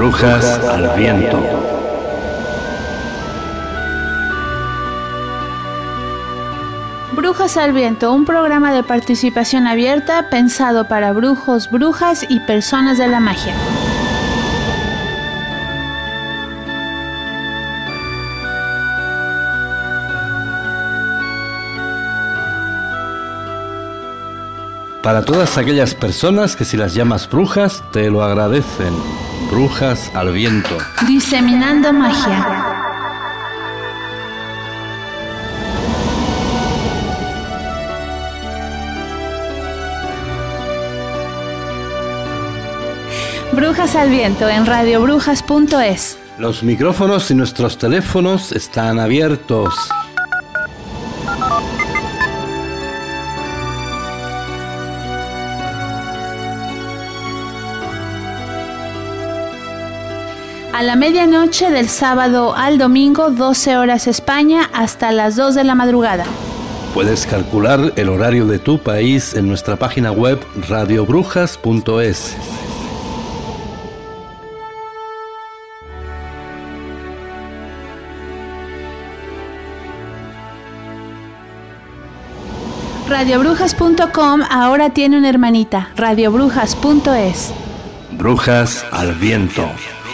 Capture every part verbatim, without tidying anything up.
Brujas al viento. Brujas al viento, un programa de participación abierta pensado para brujos, brujas y personas de la magia. Para todas aquellas personas que si las llamas brujas, te lo agradecen. Brujas al viento. Diseminando magia. Brujas al viento en radio brujas punto es. Los micrófonos y nuestros teléfonos están abiertos. A la medianoche del sábado al domingo, doce horas España, hasta las dos de la madrugada. Puedes calcular el horario de tu país en nuestra página web radio brujas punto es. radio brujas punto com ahora tiene una hermanita, radio brujas punto es. Brujas al viento.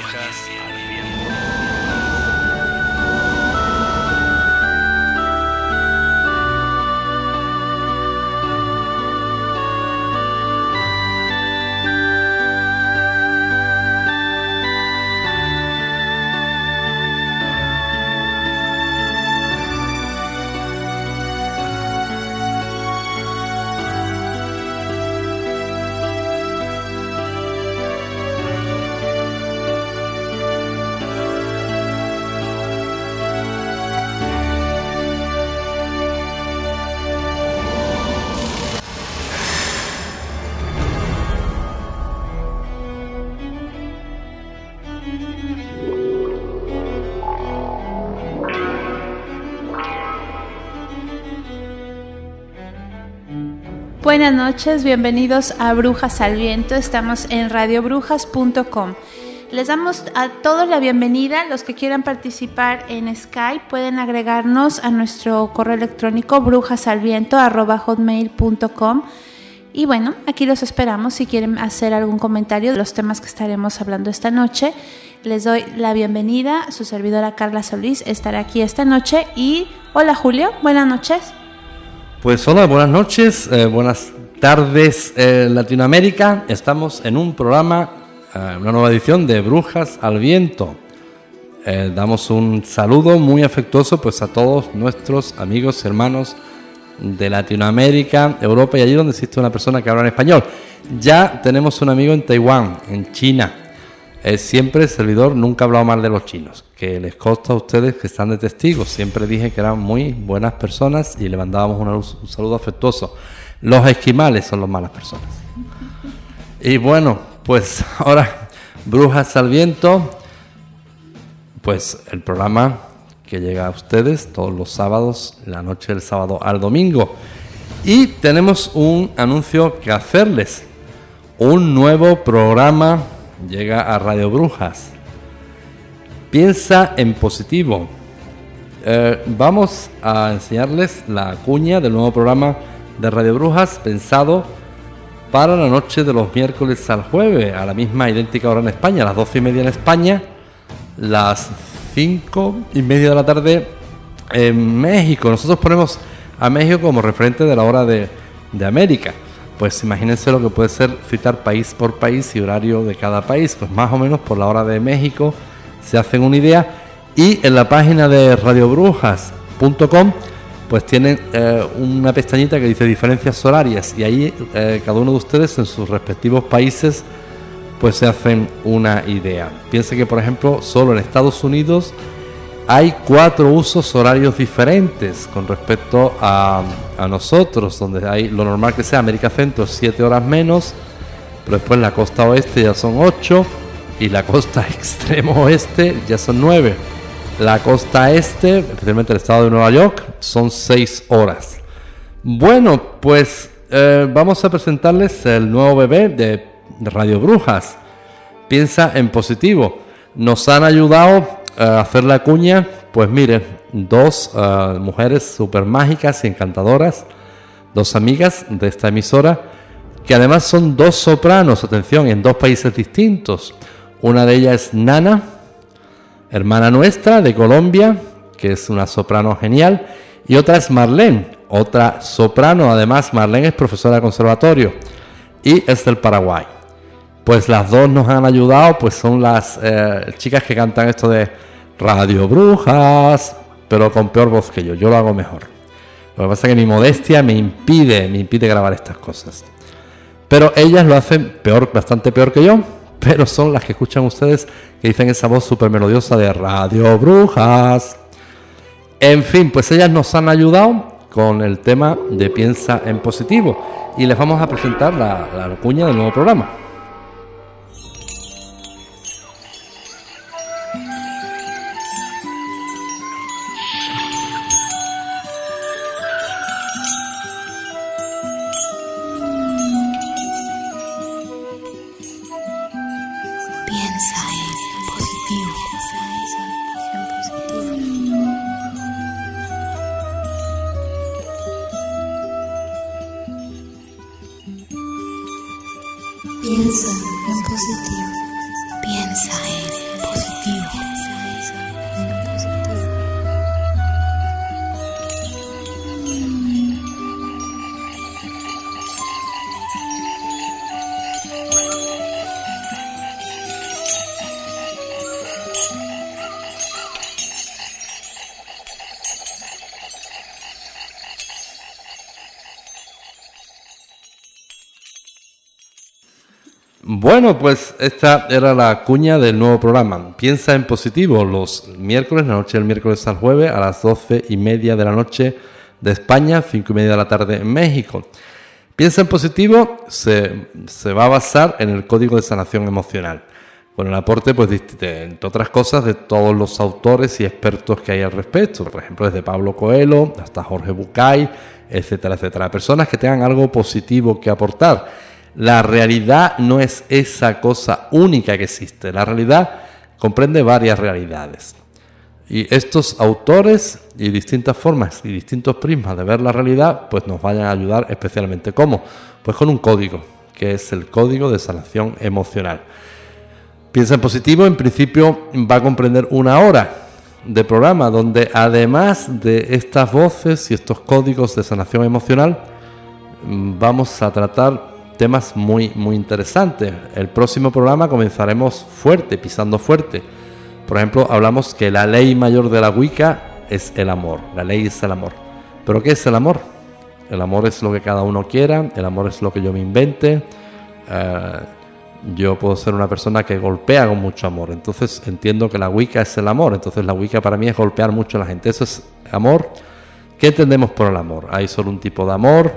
Buenas noches, bienvenidos a Brujas al Viento, estamos en radio brujas punto com. Les damos a todos la bienvenida, los que quieran participar en Skype pueden agregarnos a nuestro correo electrónico brujasalviento arroba hotmail punto com. Y bueno, aquí los esperamos si quieren hacer algún comentario de los temas que estaremos hablando esta noche. Les doy la bienvenida, su servidora Carla Solís estará aquí esta noche y hola Julio, buenas noches. Pues hola, buenas noches, eh, buenas tardes eh, Latinoamérica. Estamos en un programa, eh, una nueva edición de Brujas al Viento. Eh, damos un saludo muy afectuoso pues a todos nuestros amigos, hermanos de Latinoamérica, Europa y allí donde existe una persona que habla en español. Ya tenemos un amigo en Taiwán, en China. Eh, siempre el servidor nunca ha hablado mal de los chinos, que les consta a ustedes que están de testigos. Siempre dije que eran muy buenas personas y le mandábamos una, un saludo afectuoso. Los esquimales son las malas personas. Y bueno, pues ahora Brujas al Viento, pues el programa que llega a ustedes todos los sábados, la noche del sábado al domingo. Y tenemos un anuncio que hacerles. Un nuevo programa llega a Radio Brujas. Piensa en positivo. Eh, vamos a enseñarles la cuña del nuevo programa de Radio Brujas pensado para la noche de los miércoles al jueves, a la misma idéntica hora en España, a las doce y media en España, las cinco y media de la tarde en México. Nosotros ponemos a México como referente de la hora de, de América. Pues imagínense lo que puede ser citar país por país y horario de cada país. Pues más o menos por la hora de México se hacen una idea. Y en la página de radio brujas punto com pues tienen eh, una pestañita que dice diferencias horarias. Y ahí eh, cada uno de ustedes en sus respectivos países pues se hacen una idea. Piense que por ejemplo solo en Estados Unidos hay cuatro usos horarios diferentes con respecto a, a nosotros, donde hay lo normal que sea América Centro, siete horas menos, pero después la costa oeste ya son ocho y la costa extremo oeste ya son nueve. La costa este, especialmente el estado de Nueva York, son seis horas. Bueno, pues eh, vamos a presentarles el nuevo bebé de, de Radio Brujas. Piensa en positivo. Nos han ayudado a hacer la cuña, pues mire, dos uh, mujeres súper mágicas y encantadoras, dos amigas de esta emisora, que además son dos sopranos, atención, en dos países distintos. Una de ellas es Nana, hermana nuestra de Colombia, que es una soprano genial, y otra es Marlene, otra soprano. Además, Marlene es profesora de conservatorio y es del Paraguay. Pues las dos nos han ayudado, pues son las eh, chicas que cantan esto de Radio Brujas, pero con peor voz que yo, yo lo hago mejor. Lo que pasa es que mi modestia me impide, me impide grabar estas cosas. Pero ellas lo hacen peor, bastante peor que yo, pero son las que escuchan ustedes, que dicen esa voz súper melodiosa de Radio Brujas. En fin, pues ellas nos han ayudado con el tema de Piensa en Positivo y les vamos a presentar la, la cuña del nuevo programa. Piensa en positivo. Piensa en positivo. Bueno, pues esta era la cuña del nuevo programa. Piensa en positivo los miércoles, la noche del miércoles al jueves a las doce y media de la noche de España, cinco y media de la tarde en México. Piensa en positivo se, se va a basar en el Código de Sanación Emocional, con el aporte, pues, de, de, entre otras cosas, de todos los autores y expertos que hay al respecto. Por ejemplo, desde Pablo Coelho hasta Jorge Bucay, etcétera, etcétera. Personas que tengan algo positivo que aportar. La realidad no es esa cosa única que existe. La realidad comprende varias realidades. Y estos autores y distintas formas y distintos prismas de ver la realidad, pues nos vayan a ayudar especialmente. ¿Cómo? Pues con un código, que es el Código de Sanación Emocional. Piensa en positivo, en principio va a comprender una hora de programa, donde además de estas voces y estos códigos de sanación emocional, vamos a tratar temas muy, muy interesantes. El próximo programa comenzaremos fuerte, pisando fuerte. Por ejemplo, hablamos que la ley mayor de la Wicca es el amor. La ley es el amor. ¿Pero qué es el amor? El amor es lo que cada uno quiera. El amor es lo que yo me invente. Uh, yo puedo ser una persona que golpea con mucho amor. Entonces entiendo que la Wicca es el amor. Entonces la Wicca para mí es golpear mucho a la gente. Eso es amor. ¿Qué entendemos por el amor? Hay solo un tipo de amor.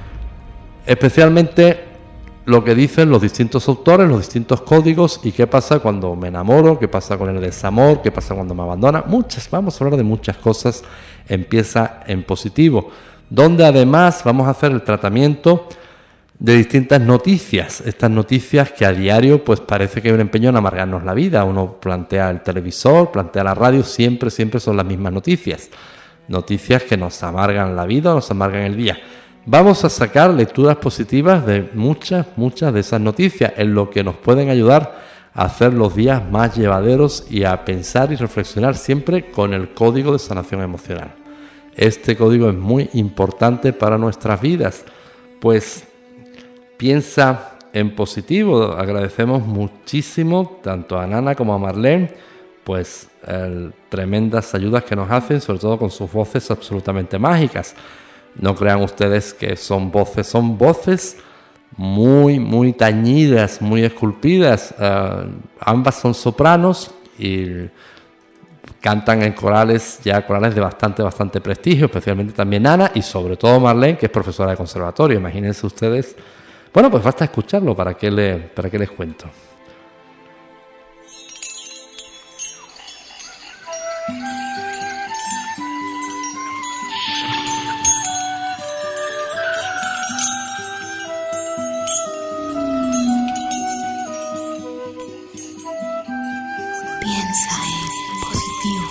Especialmente lo que dicen los distintos autores, los distintos códigos, y qué pasa cuando me enamoro, qué pasa con el desamor, qué pasa cuando me abandona. Muchas, vamos a hablar de muchas cosas. Empieza en positivo, donde además vamos a hacer el tratamiento de distintas noticias. Estas noticias que a diario pues parece que hay un empeño en amargarnos la vida. Uno plantea el televisor, plantea la radio, siempre, siempre son las mismas noticias. Noticias que nos amargan la vida, nos amargan el día. Vamos a sacar lecturas positivas de muchas, muchas de esas noticias, en lo que nos pueden ayudar a hacer los días más llevaderos y a pensar y reflexionar siempre con el Código de Sanación Emocional. Este código es muy importante para nuestras vidas, pues piensa en positivo. Agradecemos muchísimo tanto a Nana como a Marlene, pues el, tremendas ayudas que nos hacen, sobre todo con sus voces absolutamente mágicas. No crean ustedes que son voces, son voces muy, muy tañidas, muy esculpidas. Uh, ambas son sopranos y cantan en corales, ya corales de bastante, bastante prestigio, especialmente también Ana y sobre todo Marlene, que es profesora de conservatorio. Imagínense ustedes. Bueno, pues basta escucharlo, ¿para qué, le, para qué les cuento? Piensa en positivo.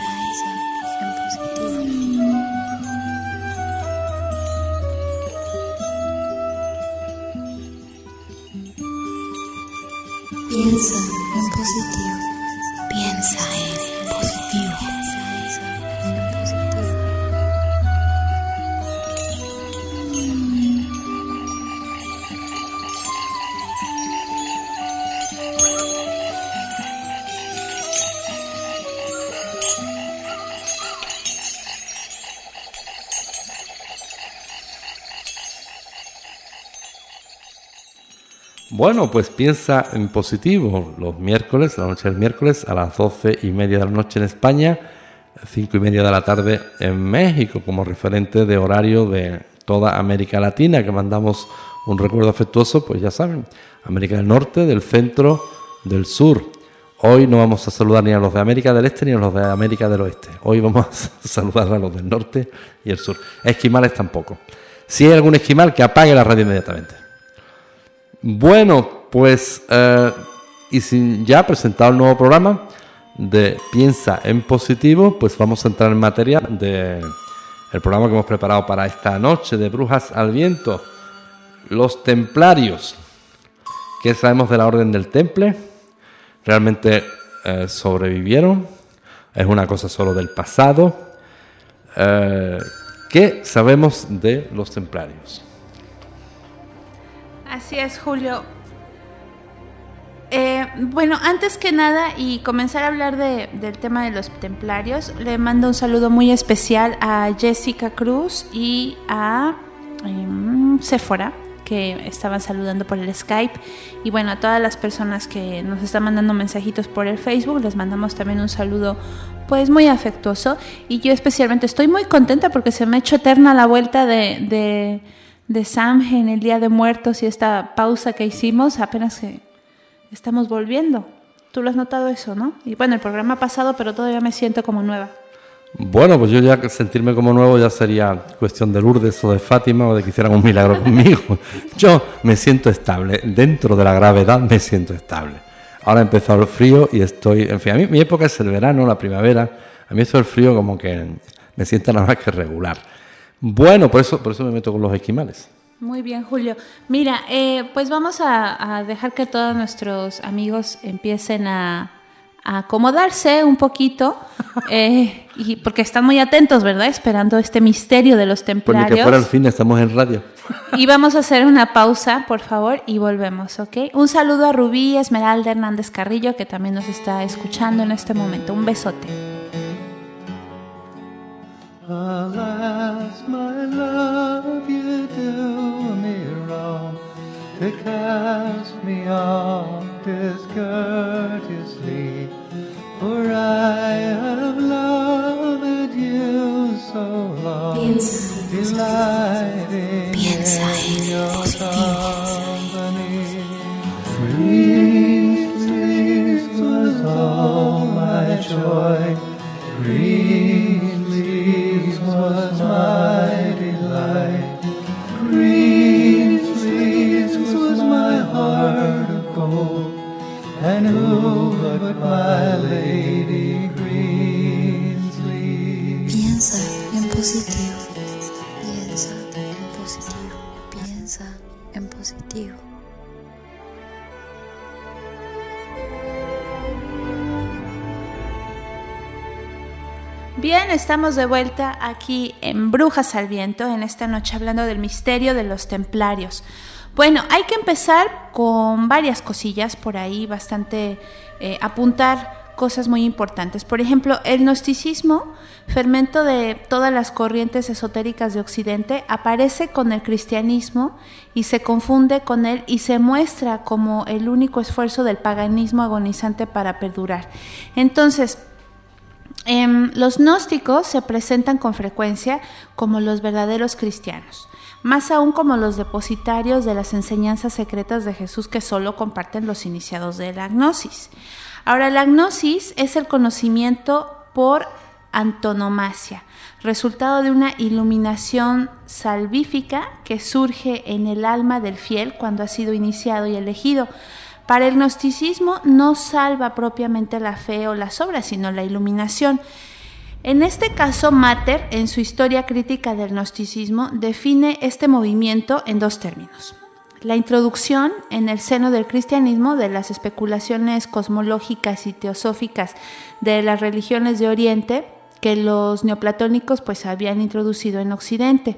Piensa en positivo. Piensa en positivo. Bueno, pues piensa en positivo los miércoles, la noche del miércoles a las doce y media de la noche en España, cinco y media de la tarde en México, como referente de horario de toda América Latina, que mandamos un recuerdo afectuoso, pues ya saben, América del Norte, del Centro, del Sur. Hoy no vamos a saludar ni a los de América del Este ni a los de América del Oeste. Hoy vamos a saludar a los del Norte y el Sur. Esquimales tampoco. Si hay algún esquimal, que apague la radio inmediatamente. Bueno, pues, eh, y sin ya presentado el nuevo programa de Piensa en Positivo, pues vamos a entrar en materia de el programa que hemos preparado para esta noche de Brujas al Viento. Los templarios. ¿Qué sabemos de la Orden del Temple? ¿Realmente eh, sobrevivieron? ¿Es una cosa solo del pasado? Eh, ¿Qué sabemos de los templarios? Así es, Julio. Eh, bueno, antes que nada y comenzar a hablar de, del tema de los templarios, le mando un saludo muy especial a Jessica Cruz y a eh, Sephora, que estaban saludando por el Skype, y bueno, a todas las personas que nos están mandando mensajitos por el Facebook, les mandamos también un saludo pues muy afectuoso, y yo especialmente estoy muy contenta porque se me ha hecho eterna la vuelta de... de de Samhain en el Día de Muertos y esta pausa que hicimos, apenas que estamos volviendo. Tú lo has notado eso, ¿no? Y bueno, el programa ha pasado, pero todavía me siento como nueva. Bueno, pues yo ya sentirme como nuevo ya sería cuestión de Lourdes o de Fátima o de que hicieran un milagro conmigo. Yo me siento estable, dentro de la gravedad me siento estable. Ahora ha empezado el frío y estoy, en fin, a mí mi época es el verano, la primavera. A mí eso del frío como que me sienta nada más que regular. Bueno, por eso, por eso me meto con los esquimales. Muy bien, Julio. Mira, eh, pues vamos a, a dejar que todos nuestros amigos empiecen a, a acomodarse un poquito, eh, y porque están muy atentos, ¿verdad? Esperando este misterio de los templarios. Pues ni que fuera el fin, estamos en radio. Y vamos a hacer una pausa, por favor, y volvemos, ¿ok? Un saludo a Rubí Esmeralda Hernández Carrillo, que también nos está escuchando en este momento. Un besote. Alas, my love, you do me wrong to cast me off discourteously, for I have loved you so long, Piensa, delighting piensa in your positivo. company. Green trees was all my joy, green leaves was my delight, green trees was my heart of gold, and who but my lady Greensleeves? Piensa en positivo. Piensa en positivo. Piensa en positivo. Bien, estamos de vuelta aquí en Brujas al Viento, en esta noche hablando del misterio de los templarios. Bueno, hay que empezar con varias cosillas por ahí, bastante eh, apuntar cosas muy importantes. Por ejemplo, el gnosticismo, fermento de todas las corrientes esotéricas de Occidente, aparece con el cristianismo y se confunde con él y se muestra como el único esfuerzo del paganismo agonizante para perdurar. Entonces, Eh, los gnósticos se presentan con frecuencia como los verdaderos cristianos, más aún como los depositarios de las enseñanzas secretas de Jesús que solo comparten los iniciados de la gnosis. Ahora, la gnosis es el conocimiento por antonomasia, resultado de una iluminación salvífica que surge en el alma del fiel cuando ha sido iniciado y elegido. Para el gnosticismo no salva propiamente la fe o las obras, sino la iluminación. En este caso, Mater, en su Historia crítica del gnosticismo, define este movimiento en dos términos. La introducción en el seno del cristianismo de las especulaciones cosmológicas y teosóficas de las religiones de Oriente que los neoplatónicos pues habían introducido en Occidente.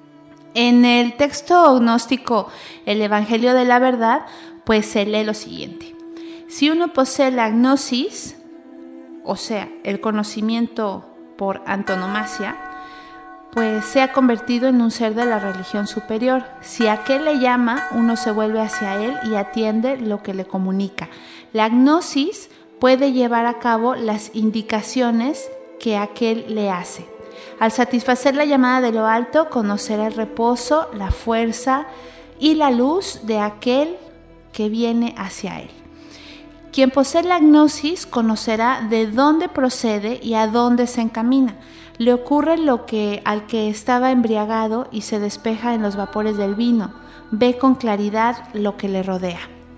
En el texto gnóstico, el Evangelio de la Verdad, pues se lee lo siguiente: si uno posee la gnosis, o sea, el conocimiento por antonomasia, pues se ha convertido en un ser de la religión superior. Si aquel le llama, uno se vuelve hacia él y atiende lo que le comunica. La gnosis puede llevar a cabo las indicaciones que aquel le hace. Al satisfacer la llamada de lo alto, conocerá el reposo, la fuerza y la luz de aquel que viene hacia él. Quien posee la gnosis conocerá de dónde procede y a dónde se encamina. Le ocurre lo que al que estaba embriagado y se despeja en los vapores del vino. Ve con claridad lo que le rodea.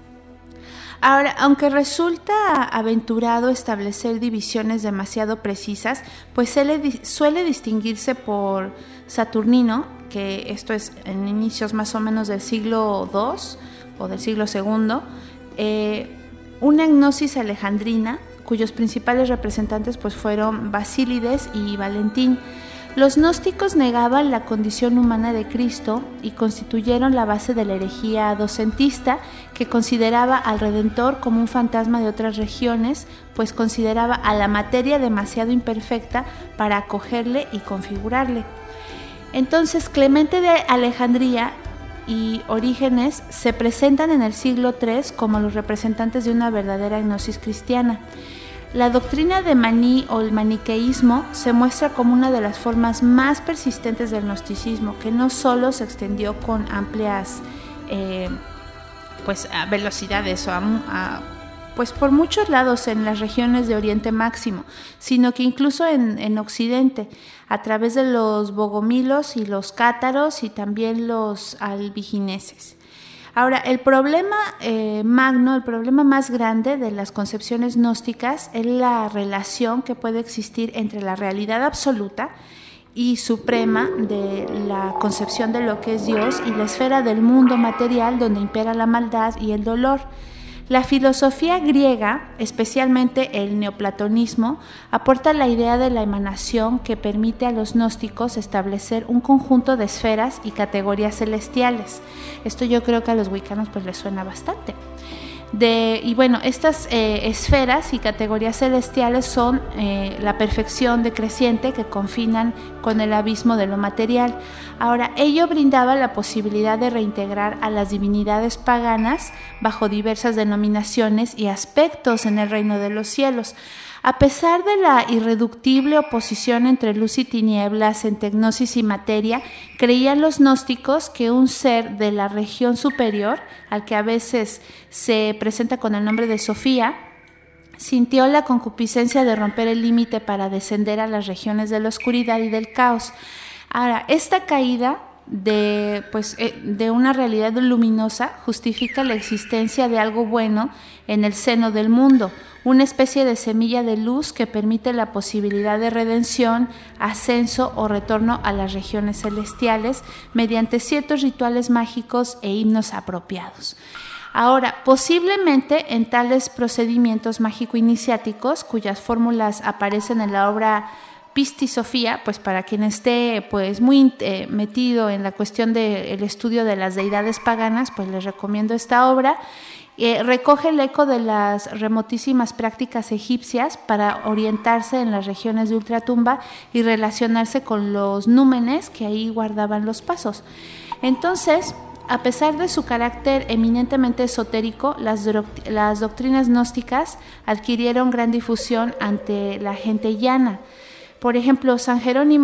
Ahora, aunque resulta aventurado establecer divisiones demasiado precisas, pues suele, suele distinguirse por Saturnino, que esto es en inicios más o menos del siglo segundo o del siglo segundo, eh, una gnosis alejandrina, cuyos principales representantes pues, fueron Basílides y Valentín. Los gnósticos negaban la condición humana de Cristo y constituyeron la base de la herejía docentista, que consideraba al Redentor como un fantasma de otras regiones, pues consideraba a la materia demasiado imperfecta para acogerle y configurarle. Entonces, Clemente de Alejandría y Orígenes se presentan en el siglo tercero como los representantes de una verdadera gnosis cristiana. La doctrina de Maní o el maniqueísmo se muestra como una de las formas más persistentes del gnosticismo, que no solo se extendió con amplias eh, pues, a velocidades o a, a, pues por muchos lados en las regiones de Oriente Máximo, sino que incluso en, en Occidente, a través de los bogomilos y los cátaros y también los albigeneses. Ahora, el problema eh, magno, el problema más grande de las concepciones gnósticas es la relación que puede existir entre la realidad absoluta y suprema de la concepción de lo que es Dios y la esfera del mundo material donde impera la maldad y el dolor. La filosofía griega, especialmente el neoplatonismo, aporta la idea de la emanación que permite a los gnósticos establecer un conjunto de esferas y categorías celestiales. Esto yo creo que a los wiccanos pues les suena bastante. De, y bueno, estas eh, esferas y categorías celestiales son eh, la perfección decreciente que confinan con el abismo de lo material. Ahora, ello brindaba la posibilidad de reintegrar a las divinidades paganas bajo diversas denominaciones y aspectos en el reino de los cielos. A pesar de la irreductible oposición entre luz y tinieblas, entre gnosis y materia, creían los gnósticos que un ser de la región superior, al que a veces se presenta con el nombre de Sofía, sintió la concupiscencia de romper el límite para descender a las regiones de la oscuridad y del caos. Ahora, esta caída de, pues, de una realidad luminosa justifica la existencia de algo bueno en el seno del mundo, una especie de semilla de luz que permite la posibilidad de redención, ascenso o retorno a las regiones celestiales mediante ciertos rituales mágicos e himnos apropiados. Ahora, posiblemente en tales procedimientos mágico-iniciáticos, cuyas fórmulas aparecen en la obra Pistisofía, pues para quien esté pues muy eh, metido en la cuestión del estudio de las deidades paganas, pues les recomiendo esta obra. Eh, recoge el eco de las remotísimas prácticas egipcias para orientarse en las regiones de ultratumba y relacionarse con los númenes que ahí guardaban los pasos. Entonces, a pesar de su carácter eminentemente esotérico, las, las doctrinas gnósticas adquirieron gran difusión ante la gente llana. Por ejemplo, San Jerónimo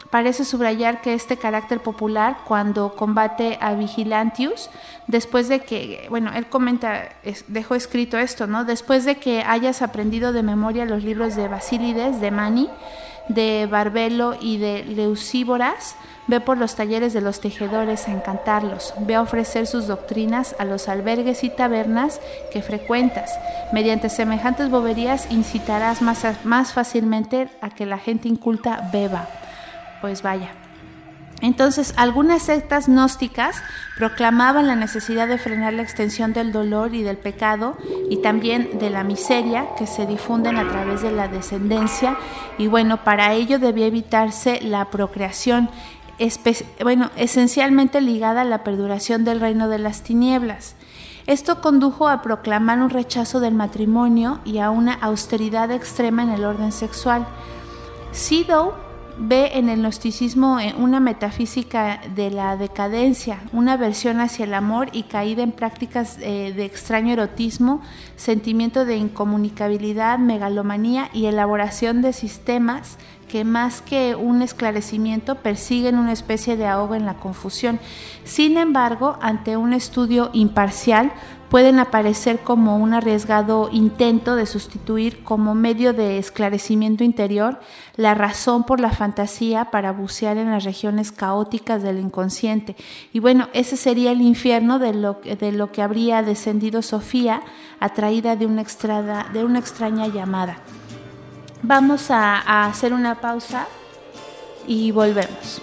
parece subrayar que este carácter popular, cuando combate a Vigilantius, después de que, bueno, él comenta, es, dejó escrito esto, ¿no? Después de que hayas aprendido de memoria los libros de Basílides, de Mani, de Barbelo y de Leucíboras, ve por los talleres de los tejedores a encantarlos, ve a ofrecer sus doctrinas a los albergues y tabernas que frecuentas. Mediante semejantes boberías incitarás más, a, más fácilmente a que la gente inculta beba. Pues vaya. Entonces, algunas sectas gnósticas proclamaban la necesidad de frenar la extensión del dolor y del pecado y también de la miseria que se difunden a través de la descendencia, y bueno, para ello debía evitarse la procreación, espe- bueno, esencialmente ligada a la perduración del reino de las tinieblas. Esto condujo a proclamar un rechazo del matrimonio y a una austeridad extrema en el orden sexual. Sido ve en el gnosticismo una metafísica de la decadencia, una aversión hacia el amor y caída en prácticas eh, de extraño erotismo, sentimiento de incomunicabilidad, megalomanía y elaboración de sistemas que más que un esclarecimiento persiguen una especie de ahogo en la confusión. Sin embargo, ante un estudio imparcial, pueden aparecer como un arriesgado intento de sustituir como medio de esclarecimiento interior la razón por la fantasía para bucear en las regiones caóticas del inconsciente. Y bueno, ese sería el infierno de lo, de lo que habría descendido Sofía, atraída de una, extrada, de una extraña llamada. Vamos a, a hacer una pausa y volvemos.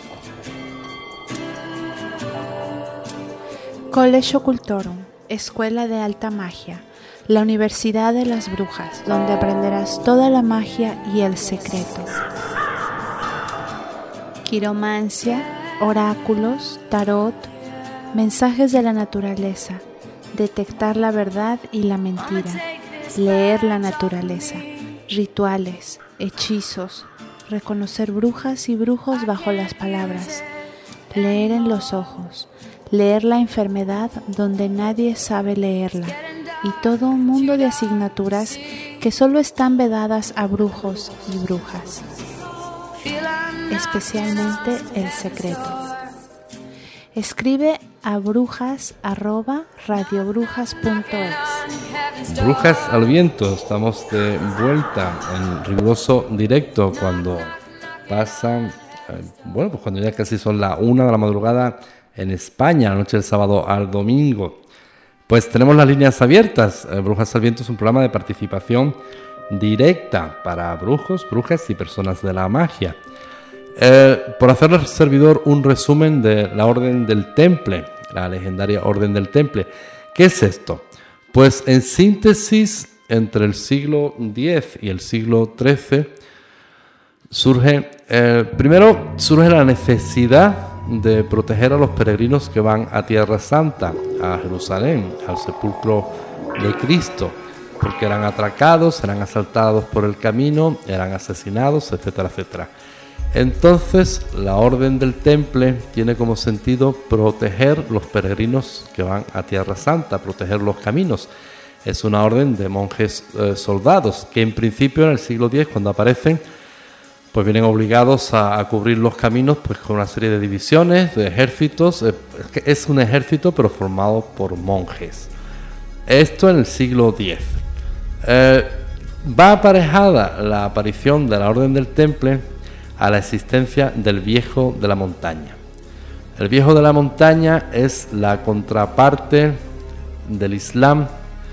College Occultorum, Escuela de Alta Magia, la Universidad de las Brujas, donde aprenderás toda la magia y el secreto. Quiromancia, oráculos, tarot, mensajes de la naturaleza, detectar la verdad y la mentira, leer la naturaleza, rituales, hechizos, reconocer brujas y brujos bajo las palabras, leer en los ojos, leer la enfermedad donde nadie sabe leerla, y todo un mundo de asignaturas que solo están vedadas a brujos y brujas, especialmente el secreto. Escribe a brujas arroba radiobrujas punto es. Brujas al viento, estamos de vuelta en riguroso directo cuando pasan, eh, bueno, pues cuando ya casi son las una de la madrugada en España, la noche del sábado al domingo. Pues tenemos las líneas abiertas. eh, Brujas al viento es un programa de participación directa para brujos, brujas y personas de la magia. Eh, por hacerle al servidor un resumen de la Orden del Temple, la legendaria Orden del Temple. ¿Qué es esto? Pues en síntesis, entre el siglo diez y el siglo trece surge, eh, primero surge la necesidad de proteger a los peregrinos que van a Tierra Santa, a Jerusalén, al sepulcro de Cristo, porque eran atracados, eran asaltados por el camino, eran asesinados, etcétera, etcétera. Entonces, la Orden del Temple tiene como sentido proteger los peregrinos que van a Tierra Santa, proteger los caminos. Es una orden de monjes eh, soldados que en principio en el siglo diez, cuando aparecen, pues vienen obligados a, a cubrir los caminos pues con una serie de divisiones, de ejércitos. Eh, es un ejército pero formado por monjes. Esto en el siglo diez. Eh, va aparejada la aparición de la Orden del Temple a la existencia del Viejo de la Montaña. El Viejo de la Montaña es la contraparte del Islam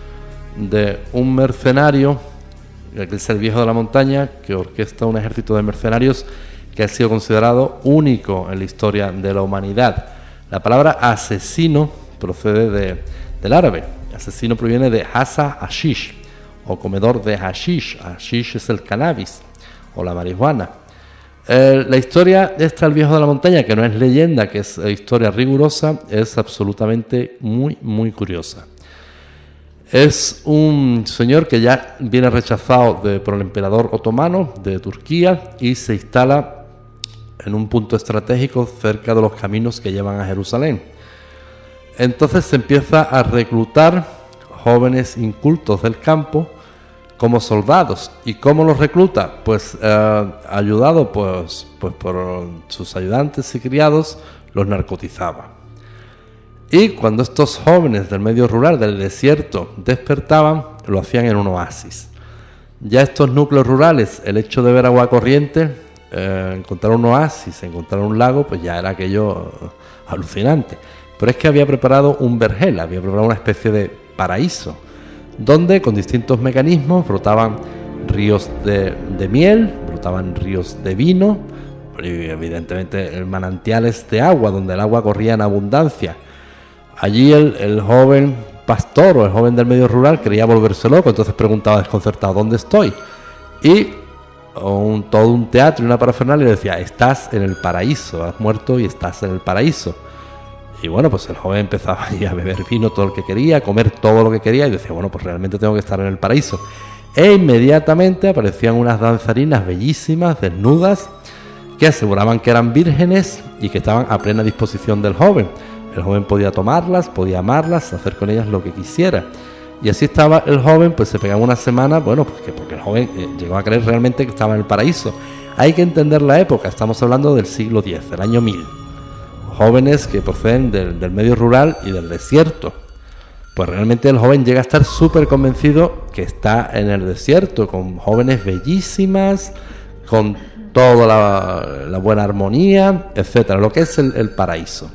de un mercenario, que es el Viejo de la Montaña, que orquesta un ejército de mercenarios que ha sido considerado único en la historia de la humanidad. La palabra asesino procede de, del árabe. Asesino proviene de hasa hashish, o comedor de hashish. Hashish es el cannabis o la marihuana. Eh, la historia de este El Viejo de la Montaña, que no es leyenda, que es historia rigurosa, es absolutamente muy, muy curiosa. Es un señor que ya viene rechazado de, por el emperador otomano de Turquía y se instala en un punto estratégico cerca de los caminos que llevan a Jerusalén. Entonces se empieza a reclutar jóvenes incultos del campo como soldados. ¿Y cómo los recluta? Pues eh, ayudado pues, pues por sus ayudantes y criados, los narcotizaba. Y cuando estos jóvenes del medio rural, del desierto, despertaban, lo hacían en un oasis. Ya estos núcleos rurales, el hecho de ver agua corriente, eh, encontrar un oasis, encontrar un lago, pues ya era aquello alucinante. Pero es que había preparado un vergel, había preparado una especie de paraíso, donde con distintos mecanismos brotaban ríos de, de miel, brotaban ríos de vino, y evidentemente manantiales de agua, donde el agua corría en abundancia. Allí el, el joven pastor o el joven del medio rural quería volverse loco, entonces preguntaba desconcertado, ¿dónde estoy? Y un, todo un teatro y una parafernalia le decía, estás en el paraíso, has muerto y estás en el paraíso. Y bueno, pues el joven empezaba a beber vino todo lo que quería, a comer todo lo que quería y decía, bueno, pues realmente tengo que estar en el paraíso. E inmediatamente aparecían unas danzarinas bellísimas, desnudas, que aseguraban que eran vírgenes y que estaban a plena disposición del joven. El joven podía tomarlas, podía amarlas, hacer con ellas lo que quisiera. Y así estaba el joven, pues se pegaba una semana, bueno, porque, porque el joven eh, llegó a creer realmente que estaba en el paraíso. Hay que entender la época, estamos hablando del siglo diez, del año mil. Jóvenes que proceden del, del medio rural y del desierto. Pues realmente el joven llega a estar súper convencido que está en el desierto, con jóvenes bellísimas, con toda la, la buena armonía, etcétera, lo que es el, el paraíso.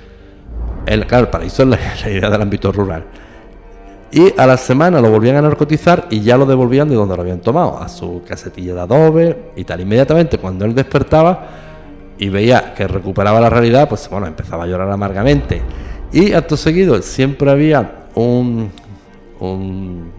El, claro, el paraíso es la, la idea del ámbito rural. Y a la semana lo volvían a narcotizar y ya lo devolvían de donde lo habían tomado, a su casetilla de adobe y tal. Inmediatamente cuando él despertaba y veía que recuperaba la realidad, pues bueno, empezaba a llorar amargamente. Y acto seguido siempre había un, un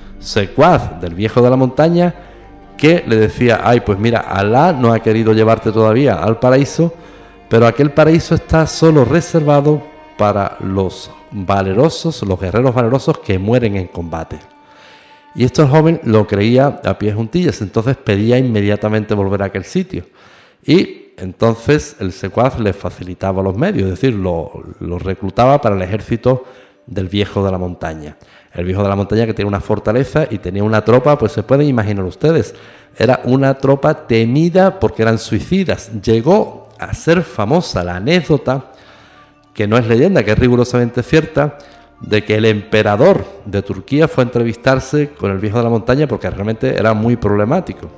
secuaz del viejo de la montaña que le decía, ay, pues mira, Alá no ha querido llevarte todavía al paraíso, pero aquel paraíso está solo reservado para los valerosos, los guerreros valerosos que mueren en combate. Y esto el joven lo creía a pies juntillas, entonces pedía inmediatamente volver a aquel sitio. Y entonces el secuaz le facilitaba los medios, es decir, lo, lo reclutaba para el ejército del viejo de la montaña. El viejo de la montaña que tenía una fortaleza y tenía una tropa, pues se pueden imaginar ustedes, era una tropa temida porque eran suicidas. Llegó a ser famosa la anécdota, que no es leyenda, que es rigurosamente cierta, de que el emperador de Turquía fue a entrevistarse con el viejo de la montaña porque realmente era muy problemático.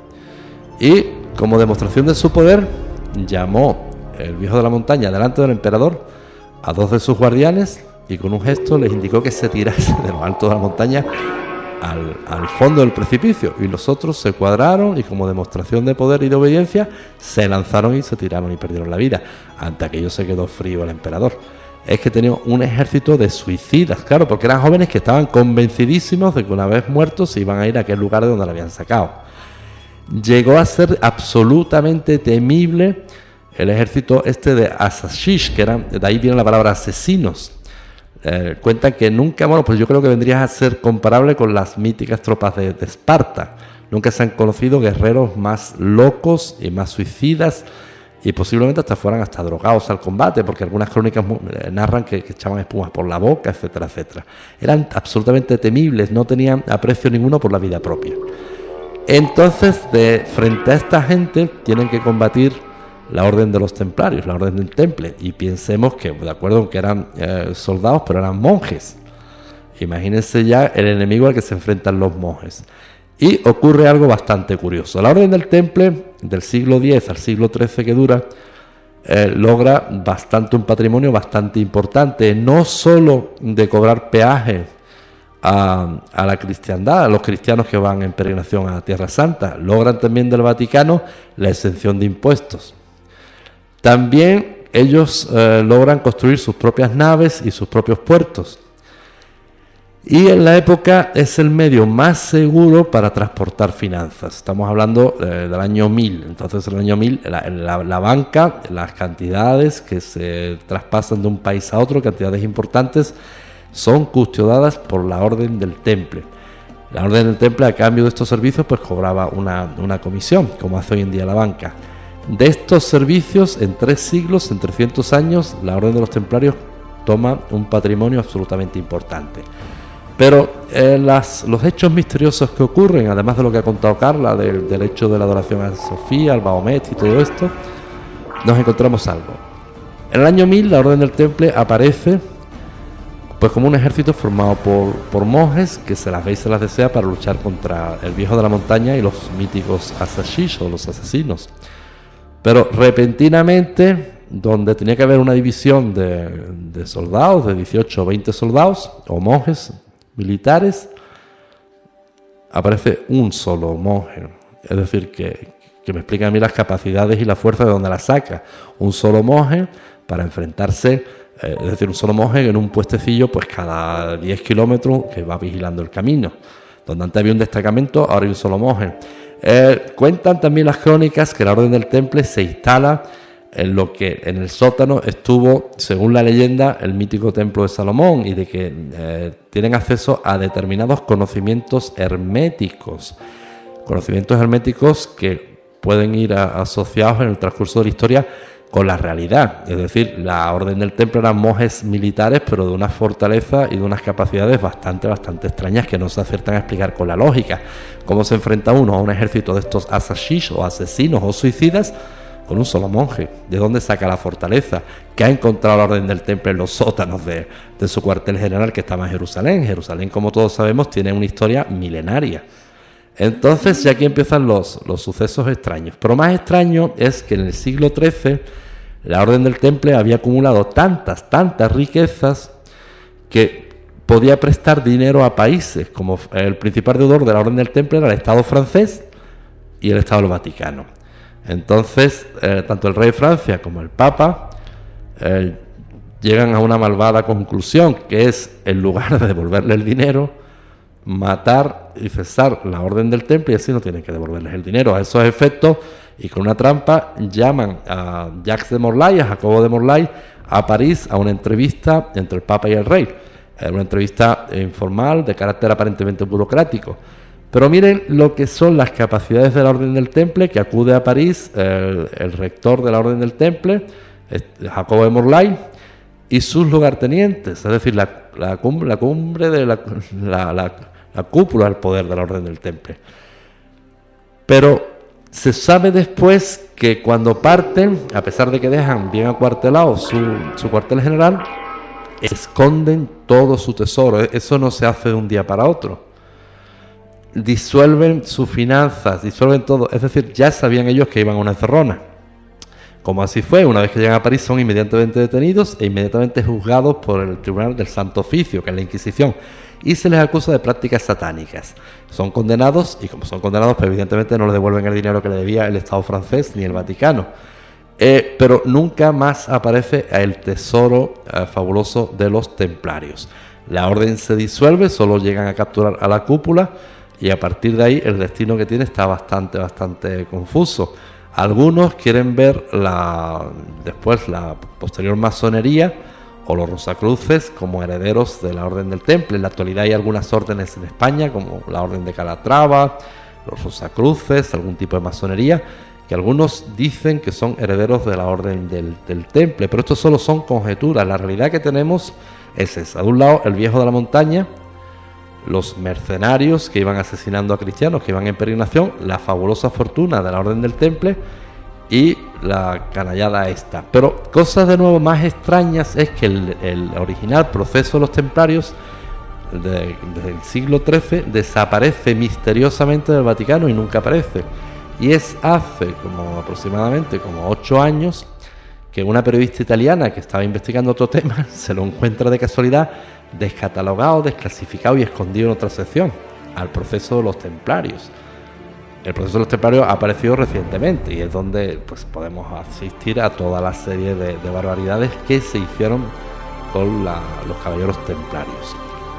Y como demostración de su poder, llamó el viejo de la montaña delante del emperador a dos de sus guardianes y con un gesto les indicó que se tirase de lo alto de la montaña al, al fondo del precipicio, y los otros se cuadraron y como demostración de poder y de obediencia se lanzaron y se tiraron y perdieron la vida. Ante aquello se quedó frío el emperador. Es que tenía un ejército de suicidas, claro, porque eran jóvenes que estaban convencidísimos de que una vez muertos se iban a ir a aquel lugar de donde lo habían sacado. Llegó a ser absolutamente temible el ejército este de Asashish, que eran, de ahí viene la palabra asesinos. Eh, cuentan que nunca, bueno, pues yo creo que vendría a ser comparable con las míticas tropas de, de Esparta. Nunca se han conocido guerreros más locos y más suicidas, y posiblemente hasta fueran hasta drogados al combate, porque algunas crónicas narran que, que echaban espumas por la boca, etcétera, etcétera. Eran absolutamente temibles, no tenían aprecio ninguno por la vida propia. Entonces, de frente a esta gente, tienen que combatir la orden de los templarios, la orden del temple, y pensemos que, de acuerdo en que eran eh, soldados, pero eran monjes. Imagínense ya el enemigo al que se enfrentan los monjes. Y ocurre algo bastante curioso. La orden del temple, del siglo diez al siglo trece que dura, eh, logra bastante un patrimonio bastante importante, no solo de cobrar peaje a, a la cristiandad, a los cristianos que van en peregrinación a Tierra Santa, logran también del Vaticano la exención de impuestos. También ellos eh, logran construir sus propias naves y sus propios puertos. Y en la época es el medio más seguro para transportar finanzas. Estamos hablando eh, del año mil. Entonces, en el año mil, la, la, la banca, las cantidades que se traspasan de un país a otro, cantidades importantes, son custodiadas por la Orden del Temple. La Orden del Temple, a cambio de estos servicios, pues cobraba una, una comisión, como hace hoy en día la banca. De estos servicios, en tres siglos, en trescientos años, la Orden de los Templarios toma un patrimonio absolutamente importante. Pero eh, las, los hechos misteriosos que ocurren, además de lo que ha contado Carla, del, del hecho de la adoración a Sofía, al Bahomet y todo esto, nos encontramos algo. En el año mil, la Orden del Temple aparece pues como un ejército formado por, por monjes que se las ve y se las desea para luchar contra el viejo de la montaña y los míticos asashish o los asesinos. Pero repentinamente, donde tenía que haber una división de, de soldados, de dieciocho o veinte soldados o monjes militares, aparece un solo monje. Es decir, que, que me explica a mí las capacidades y la fuerza de donde las saca. Un solo monje para enfrentarse, eh, es decir, un solo monje en un puestecillo pues cada diez kilómetros que va vigilando el camino. Donde antes había un destacamento, ahora hay un solo monje. Eh, cuentan también las crónicas que la Orden del Temple se instala en lo que en el sótano estuvo, según la leyenda, el mítico templo de Salomón, y de que eh, tienen acceso a determinados conocimientos herméticos, conocimientos herméticos que pueden ir a, asociados en el transcurso de la historia con la realidad. Es decir, la Orden del Temple eran monjes militares, pero de una fortaleza y de unas capacidades bastante, bastante extrañas que no se aciertan a explicar con la lógica. ¿Cómo se enfrenta uno a un ejército de estos asashish o asesinos o suicidas con un solo monje? ¿De dónde saca la fortaleza? ¿Qué ha encontrado la Orden del Temple en los sótanos de, de su cuartel general que estaba en Jerusalén? Jerusalén, como todos sabemos, tiene una historia milenaria. Entonces ya aquí empiezan los, los sucesos extraños. Pero más extraño es que en el siglo trece la Orden del Temple había acumulado tantas, tantas riquezas que podía prestar dinero a países, como el principal deudor de la Orden del Temple era el Estado francés y el Estado del Vaticano. Entonces, eh, tanto el rey de Francia como el Papa eh, llegan a una malvada conclusión, que es, en lugar de devolverle el dinero, matar y cesar la Orden del Temple, y así no tienen que devolverles el dinero. A esos efectos, y con una trampa, llaman a Jacques de Morlaix, a Jacobo de Morlaix, a París a una entrevista entre el Papa y el rey. Era una entrevista informal, de carácter aparentemente burocrático. Pero miren lo que son las capacidades de la Orden del Temple, que acude a París el, el rector de la Orden del Temple, Jacobo de Morlaix, y sus lugartenientes, es decir, la, la, cumbre, la cumbre de la, la, la, la cúpula del poder de la Orden del Temple. Pero se sabe después que cuando parten, a pesar de que dejan bien acuartelado su, su cuartel general, esconden todo su tesoro. Eso no se hace de un día para otro. Disuelven sus finanzas, disuelven todo. Es decir, ya sabían ellos que iban a una encerrona. Como así fue, una vez que llegan a París son inmediatamente detenidos e inmediatamente juzgados por el Tribunal del Santo Oficio, que es la Inquisición, y se les acusa de prácticas satánicas. Son condenados, y como son condenados, pues evidentemente no les devuelven el dinero que le debía el Estado francés ni el Vaticano. Eh, pero nunca más aparece el tesoro eh, fabuloso de los templarios. La orden se disuelve, solo llegan a capturar a la cúpula, y a partir de ahí el destino que tiene está bastante, bastante confuso. Algunos quieren ver la, después la posterior masonería o los rosacruces como herederos de la Orden del Temple. En la actualidad hay algunas órdenes en España, como la Orden de Calatrava, los rosacruces, algún tipo de masonería, que algunos dicen que son herederos de la Orden del, del Temple, pero esto solo son conjeturas. La realidad que tenemos es esa. De un lado, el viejo de la montaña, los mercenarios que iban asesinando a cristianos, que iban en peregrinación, la fabulosa fortuna de la Orden del Temple y la canallada esta. Pero cosas de nuevo más extrañas es que el, el original proceso de los templarios de, del siglo trece desaparece misteriosamente del Vaticano y nunca aparece. Y es hace como aproximadamente como ocho años que una periodista italiana que estaba investigando otro tema se lo encuentra de casualidad descatalogado, desclasificado y escondido en otra sección, al proceso de los templarios. El proceso de los templarios ha aparecido recientemente y es donde pues podemos asistir a toda la serie de, de barbaridades que se hicieron con la, los caballeros templarios.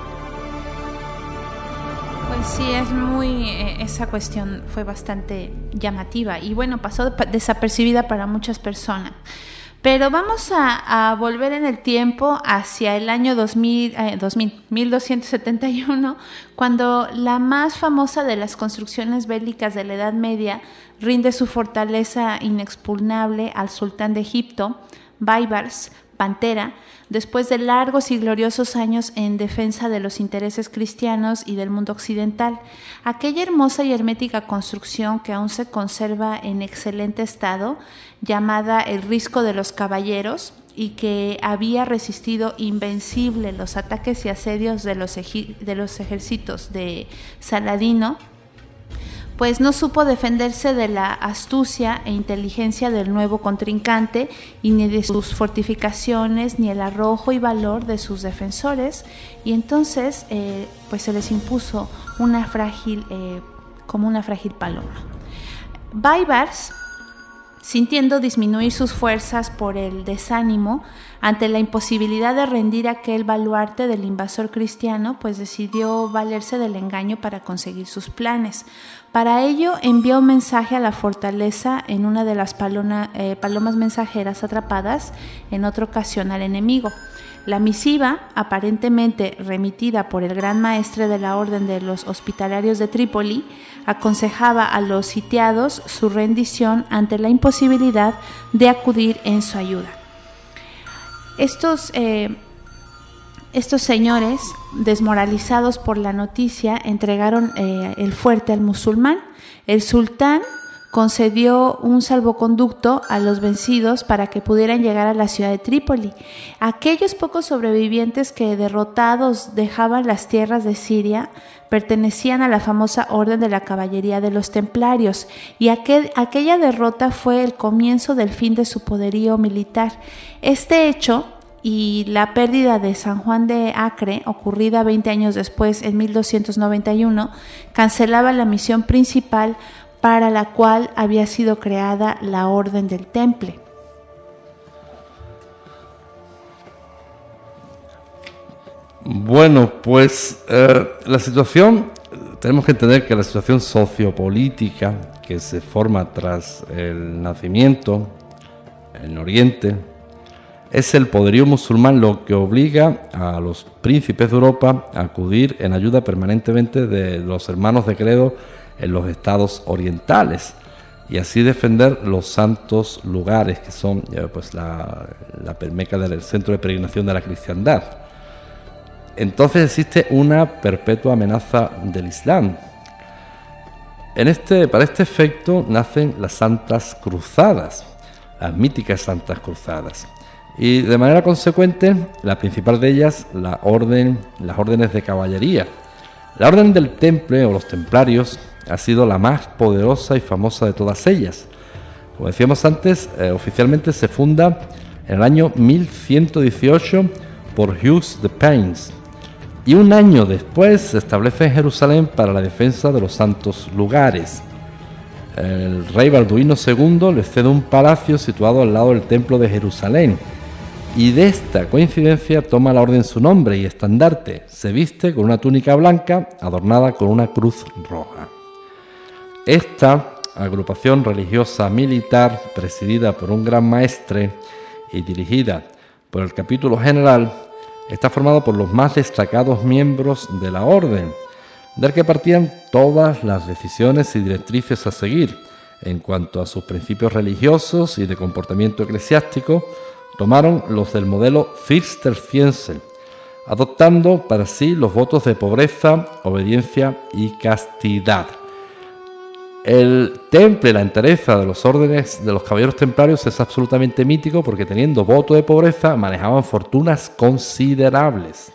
Pues sí, es muy, eh, esa cuestión fue bastante llamativa y bueno, pasó desapercibida para muchas personas. Pero vamos a, a volver en el tiempo hacia el año dos mil, eh, dos mil, mil doscientos setenta y uno, cuando la más famosa de las construcciones bélicas de la Edad Media rinde su fortaleza inexpugnable al sultán de Egipto, Baybars, Pantera, después de largos y gloriosos años en defensa de los intereses cristianos y del mundo occidental. Aquella hermosa y hermética construcción que aún se conserva en excelente estado, llamada el Risco de los Caballeros, y que había resistido invencible los ataques y asedios de los, de los ejércitos de Saladino, pues no supo defenderse de la astucia e inteligencia del nuevo contrincante y ni de sus fortificaciones ni el arrojo y valor de sus defensores, y entonces eh, pues se les impuso una frágil eh, como una frágil paloma. Baibars, sintiendo disminuir sus fuerzas por el desánimo ante la imposibilidad de rendir aquel baluarte del invasor cristiano, pues decidió valerse del engaño para conseguir sus planes. Para ello envió un mensaje a la fortaleza en una de las palona, eh, palomas mensajeras atrapadas en otra ocasión al enemigo. La misiva, aparentemente remitida por el gran maestre de la Orden de los Hospitalarios de Trípoli, aconsejaba a los sitiados su rendición ante la imposibilidad de acudir en su ayuda. Estos, eh, estos señores, desmoralizados por la noticia, entregaron eh, el fuerte al musulmán. El sultán concedió un salvoconducto a los vencidos para que pudieran llegar a la ciudad de Trípoli. Aquellos pocos sobrevivientes que derrotados dejaban las tierras de Siria pertenecían a la famosa Orden de la Caballería de los Templarios, y aquel, aquella derrota fue el comienzo del fin de su poderío militar. Este hecho y la pérdida de San Juan de Acre, ocurrida veinte años después, en mil doscientos noventa y uno, cancelaba la misión principal para la cual había sido creada la Orden del Temple. Bueno, pues eh, la situación, tenemos que entender que la situación sociopolítica que se forma tras el nacimiento en Oriente es el poderío musulmán lo que obliga a los príncipes de Europa a acudir en ayuda permanentemente de los hermanos de credo en los estados orientales y así defender los santos lugares que son eh, pues la, la Meca del centro de peregrinación de la cristiandad. Entonces existe una perpetua amenaza del Islam. En este, para este efecto nacen las Santas Cruzadas, las míticas Santas Cruzadas, y de manera consecuente la principal de ellas, la orden, las órdenes de caballería. La Orden del Temple o los Templarios ha sido la más poderosa y famosa de todas ellas. Como decíamos antes, eh, oficialmente se funda en el año mil ciento dieciocho por Hughes de Paynes, y un año después se establece en Jerusalén para la defensa de los santos lugares. El rey Balduino segundo le cede un palacio situado al lado del templo de Jerusalén, y de esta coincidencia toma la orden su nombre y estandarte. Se viste con una túnica blanca adornada con una cruz roja. Esta agrupación religiosa militar, presidida por un gran maestre y dirigida por el capítulo general, está formado por los más destacados miembros de la orden, del que partían todas las decisiones y directrices a seguir en cuanto a sus principios religiosos y de comportamiento eclesiástico. Tomaron los del modelo cisterciense, adoptando para sí los votos de pobreza, obediencia y castidad. El temple, la entereza de los órdenes de los caballeros templarios es absolutamente mítico porque, teniendo voto de pobreza, manejaban fortunas considerables.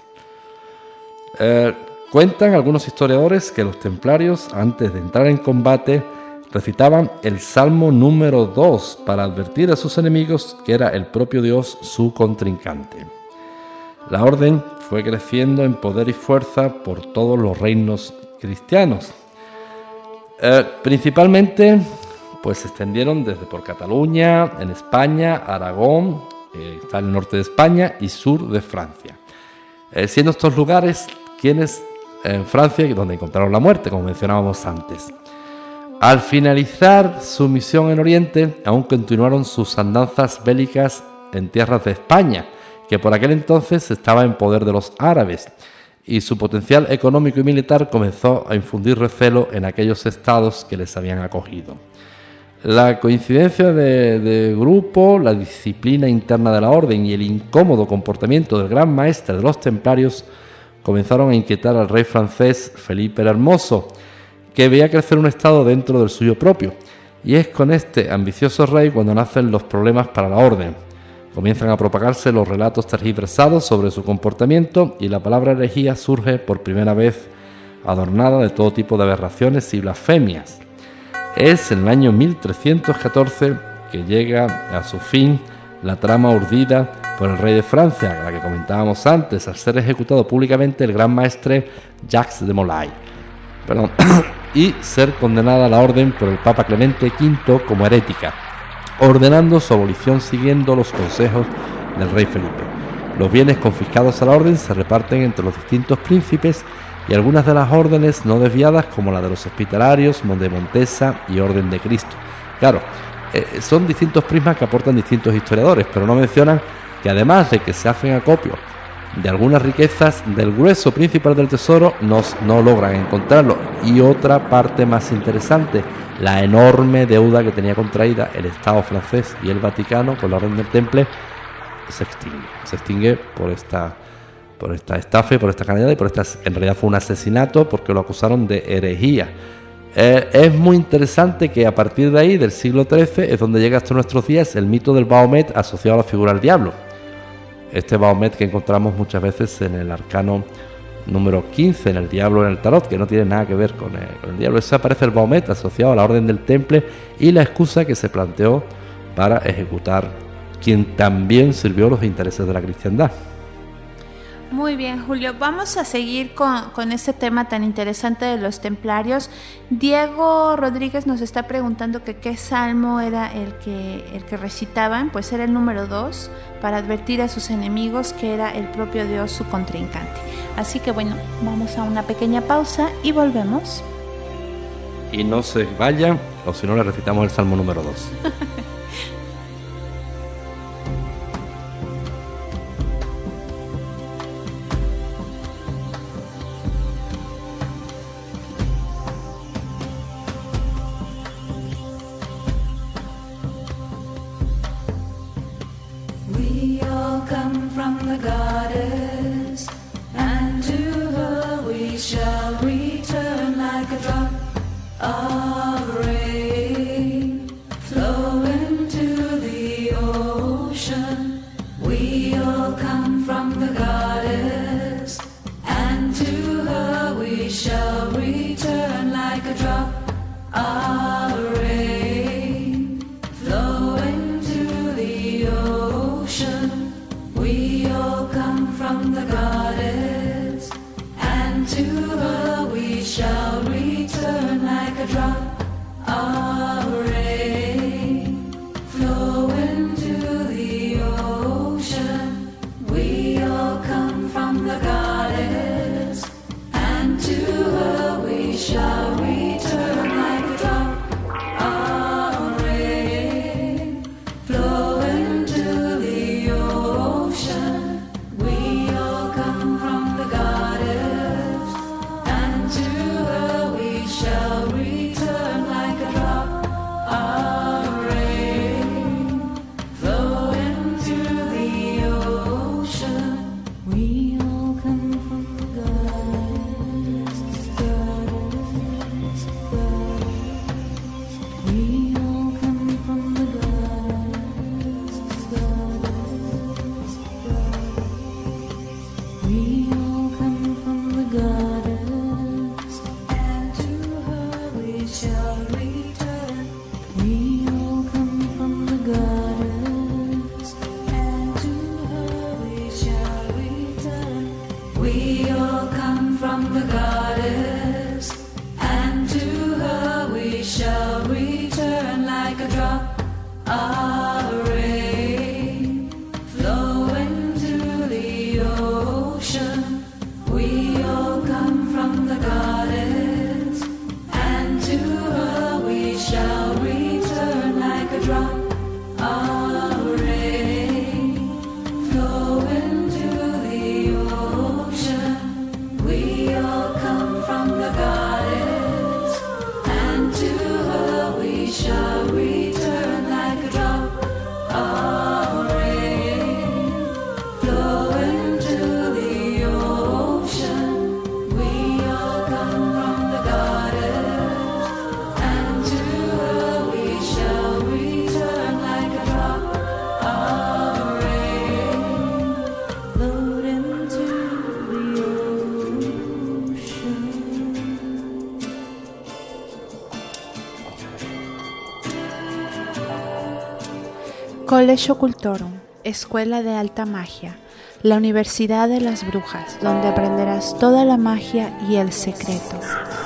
Eh, cuentan algunos historiadores que los templarios, antes de entrar en combate, recitaban el Salmo número dos para advertir a sus enemigos que era el propio Dios su contrincante. La orden fue creciendo en poder y fuerza por todos los reinos cristianos. Eh, principalmente pues se extendieron desde por Cataluña, en España, Aragón, eh, está en el norte de España y sur de Francia, eh, siendo estos lugares quienes en Francia donde encontraron la muerte, como mencionábamos antes. Al finalizar su misión en Oriente, aún continuaron sus andanzas bélicas en tierras de España, que por aquel entonces estaba en poder de los árabes, y su potencial económico y militar comenzó a infundir recelo en aquellos estados que les habían acogido. La coincidencia de, de grupo, la disciplina interna de la orden y el incómodo comportamiento del gran maestre de los templarios comenzaron a inquietar al rey francés Felipe el Hermoso, que veía crecer un estado dentro del suyo propio. Y es con este ambicioso rey cuando nacen los problemas para la orden. Comienzan a propagarse los relatos tergiversados sobre su comportamiento y la palabra herejía surge por primera vez adornada de todo tipo de aberraciones y blasfemias. Es en el año mil trescientos catorce que llega a su fin la trama urdida por el rey de Francia, la que comentábamos antes, al ser ejecutado públicamente el gran maestre Jacques de Molay. Perdón, y ser condenada a la orden por el Papa Clemente quinto como herética, ordenando su abolición siguiendo los consejos del rey Felipe. Los bienes confiscados a la orden se reparten entre los distintos príncipes y algunas de las órdenes no desviadas, como la de los hospitalarios, de Montesa y Orden de Cristo. Claro, eh, son distintos prismas que aportan distintos historiadores, pero no mencionan que además de que se hacen acopio de algunas riquezas del grueso principal del tesoro, nos, no logran encontrarlo. Y otra parte más interesante, la enorme deuda que tenía contraída el Estado francés y el Vaticano con la Orden del Temple se extingue. Se extingue por esta, por esta estafa y por esta canallada y por esta, en realidad fue un asesinato porque lo acusaron de herejía. Eh, es muy interesante que a partir de ahí, del siglo trece, es donde llega hasta nuestros días el mito del Baphomet asociado a la figura del diablo. Este Baphomet que encontramos muchas veces en el arcano número quince, en el diablo en el tarot, que no tiene nada que ver con el, con el diablo. Eso aparece el Baphomet asociado a la Orden del Temple y la excusa que se planteó para ejecutar quien también sirvió los intereses de la cristiandad. Muy bien, Julio. Vamos a seguir con, con este tema tan interesante de los templarios. Diego Rodríguez nos está preguntando que qué salmo era el que, el que recitaban. Pues era el número dos, para advertir a sus enemigos que era el propio Dios su contrincante. Así que bueno, vamos a una pequeña pausa y volvemos. Y no se vayan, o si no le recitamos el salmo número dos. We all come from the goddess, and to her we shall return like a drop of rain, flow into the ocean. We all come from the goddess, and to her we shall return like a drop of rain, flow into the ocean. We all come from the goddess, and to her we shall return like a drop of rain, flow into the ocean. We all come from the goddess, and to her we shall return like a drop of rain, flow into the ocean. We all come from the goddess, and to her we shall return like a drop of rain, flow into the ocean. We all come from the goddess, goddess, goddess. We all come from the goddess, goddess, goddess. We all come from the goddess, and to her we shall return. We all come from the goddess, and to her we shall return. We all come from the goddess, and to her we shall return like a drop of rain, flow into the ocean. We all come from the goddess, and to her we shall return like a drop of rain, flow into the ocean. We all come from the goddess, and to her we shall return. College Occultorum, Escuela de Alta Magia, la Universidad de las Brujas, donde aprenderás toda la magia y el secreto.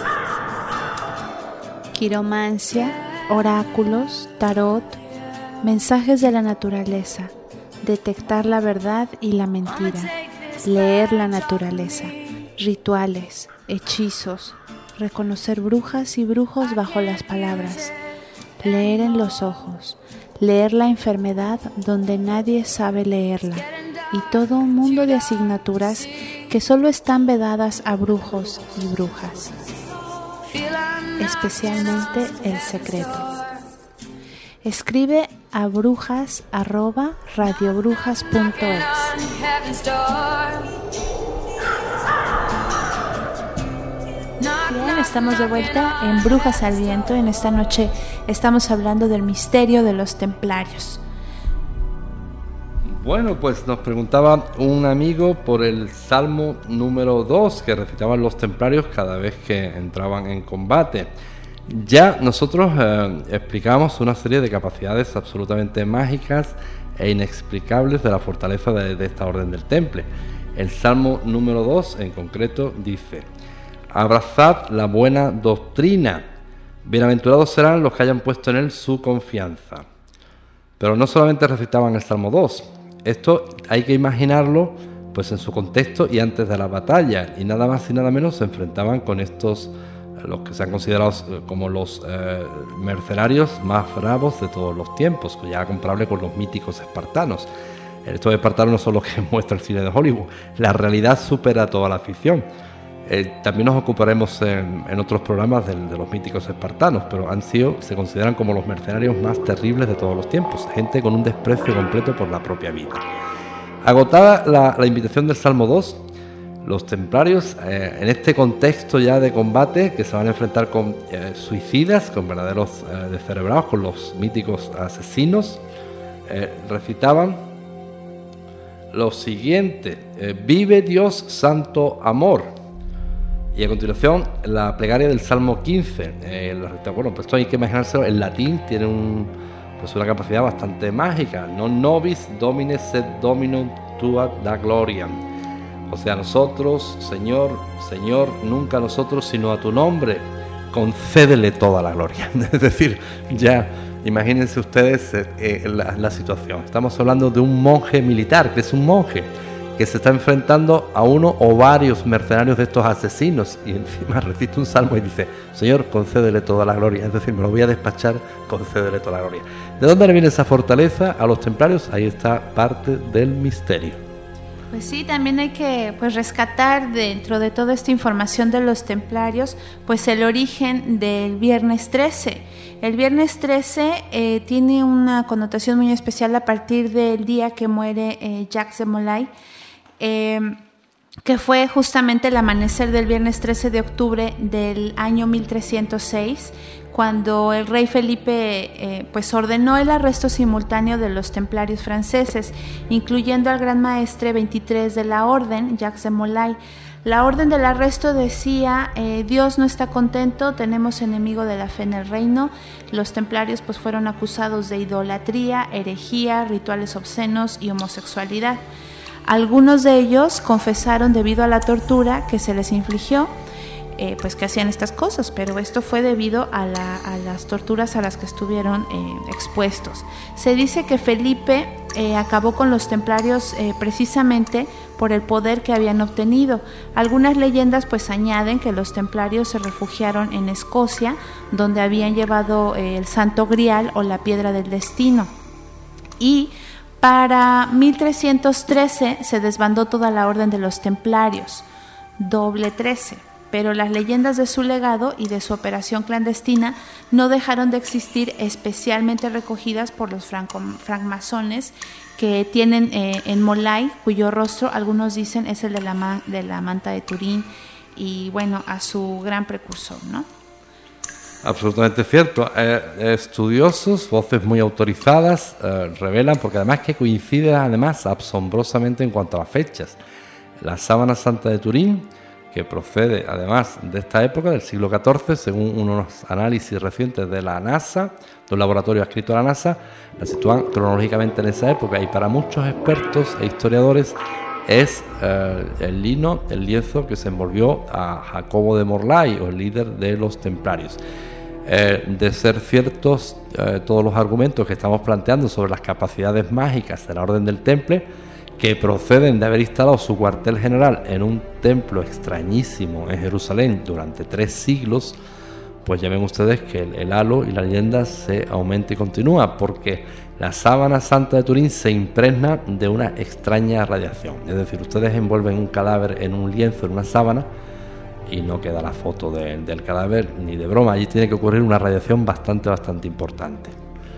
Quiromancia, oráculos, tarot, mensajes de la naturaleza, detectar la verdad y la mentira, leer la naturaleza, rituales, hechizos, reconocer brujas y brujos bajo las palabras, leer en los ojos, leer la enfermedad donde nadie sabe leerla, y todo un mundo de asignaturas que solo están vedadas a brujos y brujas, especialmente el secreto. Escribe a brujas arroba radiobrujas punto es. Bien, estamos de vuelta en Brujas al Viento. En esta noche estamos hablando del misterio de los templarios. Bueno, pues nos preguntaba un amigo por el Salmo número dos que recitaban los templarios cada vez que entraban en combate. Ya nosotros eh, explicamos una serie de capacidades absolutamente mágicas e inexplicables de la fortaleza de, de esta orden del Temple. El Salmo número dos en concreto dice: abrazad la buena doctrina, bienaventurados serán los que hayan puesto en él su confianza. Pero no solamente recitaban el Salmo dos, esto hay que imaginarlo pues en su contexto y antes de la batalla, y nada más y nada menos se enfrentaban con estos, los que se han considerado como los eh, mercenarios más bravos de todos los tiempos, ya comparable con los míticos espartanos. Estos espartanos no son los que muestra el cine de Hollywood, la realidad supera toda la ficción. Eh, también nos ocuparemos en, en otros programas de, de los míticos espartanos, pero han sido, se consideran como los mercenarios más terribles de todos los tiempos, gente con un desprecio completo por la propia vida. Agotada la, la invitación del Salmo dos, los templarios, eh, en este contexto ya de combate, que se van a enfrentar con eh, suicidas, con verdaderos eh, descerebrados, con los míticos asesinos, eh, recitaban lo siguiente: eh, vive Dios santo amor. Y a continuación la plegaria del Salmo quince. Eh, bueno, pues esto hay que imaginárselo en latín, tiene un, pues una capacidad bastante mágica. Non nobis domine sed dominum tua da gloria. O sea, nosotros, Señor, Señor, nunca nosotros, sino a tu nombre, concédele toda la gloria. Es decir, ya imagínense ustedes eh, la, la situación. Estamos hablando de un monje militar, que es un monje que se está enfrentando a uno o varios mercenarios de estos asesinos, y encima recita un salmo y dice: Señor, concédele toda la gloria. Es decir, me lo voy a despachar, concédele toda la gloria. ¿De dónde le viene esa fortaleza a los templarios? Ahí está parte del misterio. Pues sí, también hay que pues rescatar dentro de toda esta información de los templarios pues el origen del viernes trece. El viernes trece eh, tiene una connotación muy especial a partir del día que muere eh, Jacques de Molay, eh, que fue justamente el amanecer del viernes trece de octubre del año mil trescientos seis, cuando el rey Felipe eh, pues ordenó el arresto simultáneo de los templarios franceses, incluyendo al gran maestre veintitrés de la orden, Jacques de Molay. La orden del arresto decía: eh, Dios no está contento, tenemos enemigo de la fe en el reino. Los templarios pues fueron acusados de idolatría, herejía, rituales obscenos y homosexualidad. Algunos de ellos confesaron debido a la tortura que se les infligió, eh, pues que hacían estas cosas, pero esto fue debido a, la, a las torturas a las que estuvieron eh, expuestos. Se dice que Felipe eh, acabó con los templarios eh, precisamente por el poder que habían obtenido. Algunas leyendas pues añaden que los templarios se refugiaron en Escocia, donde habían llevado eh, el Santo Grial o la Piedra del Destino. Y para mil trescientos trece se desbandó toda la orden de los templarios, doble trece, pero las leyendas de su legado y de su operación clandestina no dejaron de existir, especialmente recogidas por los franco, francmasones que tienen eh, en Molay, cuyo rostro algunos dicen es el de la, man, de la manta de Turín, y bueno, a su gran precursor, ¿no? Absolutamente cierto. Eh, estudiosos, voces muy autorizadas, eh, revelan, porque además que coincide además asombrosamente en cuanto a las fechas. La sábana santa de Turín que procede además de esta época, del siglo catorce, según unos análisis recientes de la NASA, de un laboratorio adscrito a la NASA, la sitúan cronológicamente en esa época, y para muchos expertos e historiadores es eh, el lino, el lienzo que se envolvió a Jacobo de Morlay, o el líder de los templarios. Eh, de ser ciertos eh, todos los argumentos que estamos planteando sobre las capacidades mágicas de la Orden del Temple, que proceden de haber instalado su cuartel general en un templo extrañísimo en Jerusalén durante tres siglos, pues ya ven ustedes que el, el halo y la leyenda se aumenta y continúa, porque la sábana santa de Turín se impregna de una extraña radiación. Es decir, ustedes envuelven un cadáver en un lienzo, en una sábana, y no queda la foto de, del cadáver ni de broma. Allí tiene que ocurrir una radiación bastante, bastante importante.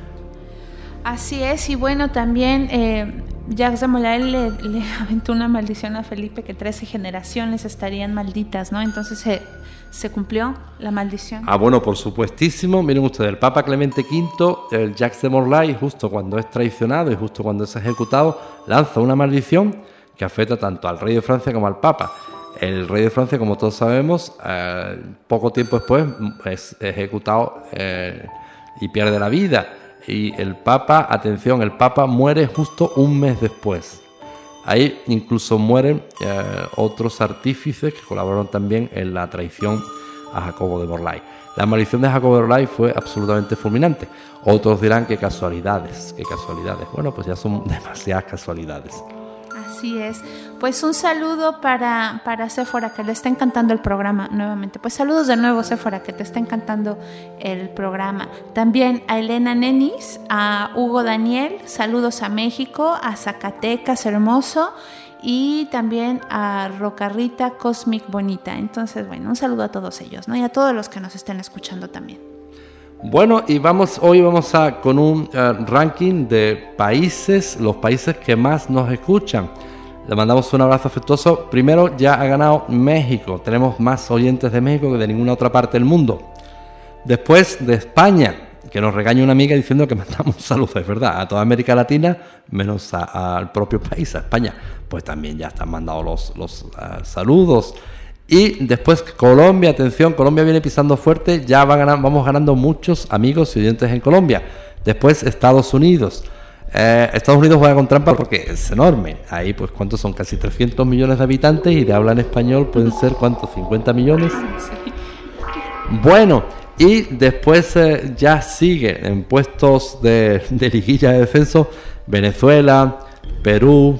Así es, y bueno, también eh, Jacques de Molay le, le aventó una maldición a Felipe, que trece generaciones estarían malditas, ¿no? Entonces se, se cumplió la maldición. Ah, bueno, por supuestísimo. Miren ustedes, el Papa Clemente quinto, el Jacques de Molay, justo cuando es traicionado y justo cuando es ejecutado, lanza una maldición que afecta tanto al rey de Francia como al Papa. El rey de Francia, como todos sabemos, eh, poco tiempo después es ejecutado eh, y pierde la vida. Y el Papa, atención, el Papa muere justo un mes después. Ahí incluso mueren eh, otros artífices que colaboraron también en la traición a Jacobo de Morlay. La maldición de Jacobo de Morlay fue absolutamente fulminante. Otros dirán que casualidades, que casualidades. Bueno, pues ya son demasiadas casualidades. Así es. Pues un saludo para, para Séfora, que le está encantando el programa nuevamente. Pues saludos de nuevo, Séfora, que te está encantando el programa. También a Elena Nenis, a Hugo Daniel, saludos a México, a Zacatecas, hermoso, y también a Rocarrita Cosmic Bonita. Entonces, bueno, un saludo a todos ellos, ¿no? Y a todos los que nos estén escuchando también. Bueno, y vamos hoy vamos a con un uh, ranking de países, los países que más nos escuchan. Le mandamos un abrazo afectuoso. Primero, ya ha ganado México. Tenemos más oyentes de México que de ninguna otra parte del mundo. Después de España, que nos regaña una amiga diciendo que mandamos saludos, es verdad, a toda América Latina, menos a, al propio país, a España. Pues también ya están mandados los, los uh, saludos. Y después Colombia, atención, Colombia viene pisando fuerte, ya va ganando, vamos ganando muchos amigos y oyentes en Colombia. Después Estados Unidos. Eh, Estados Unidos juega con trampa porque es enorme. Ahí, pues, ¿cuántos son? Casi trescientos millones de habitantes, y de habla en español pueden ser, ¿cuántos? ¿cincuenta millones? Sí. Bueno, y después eh, ya sigue en puestos de, de liguilla de descenso Venezuela, Perú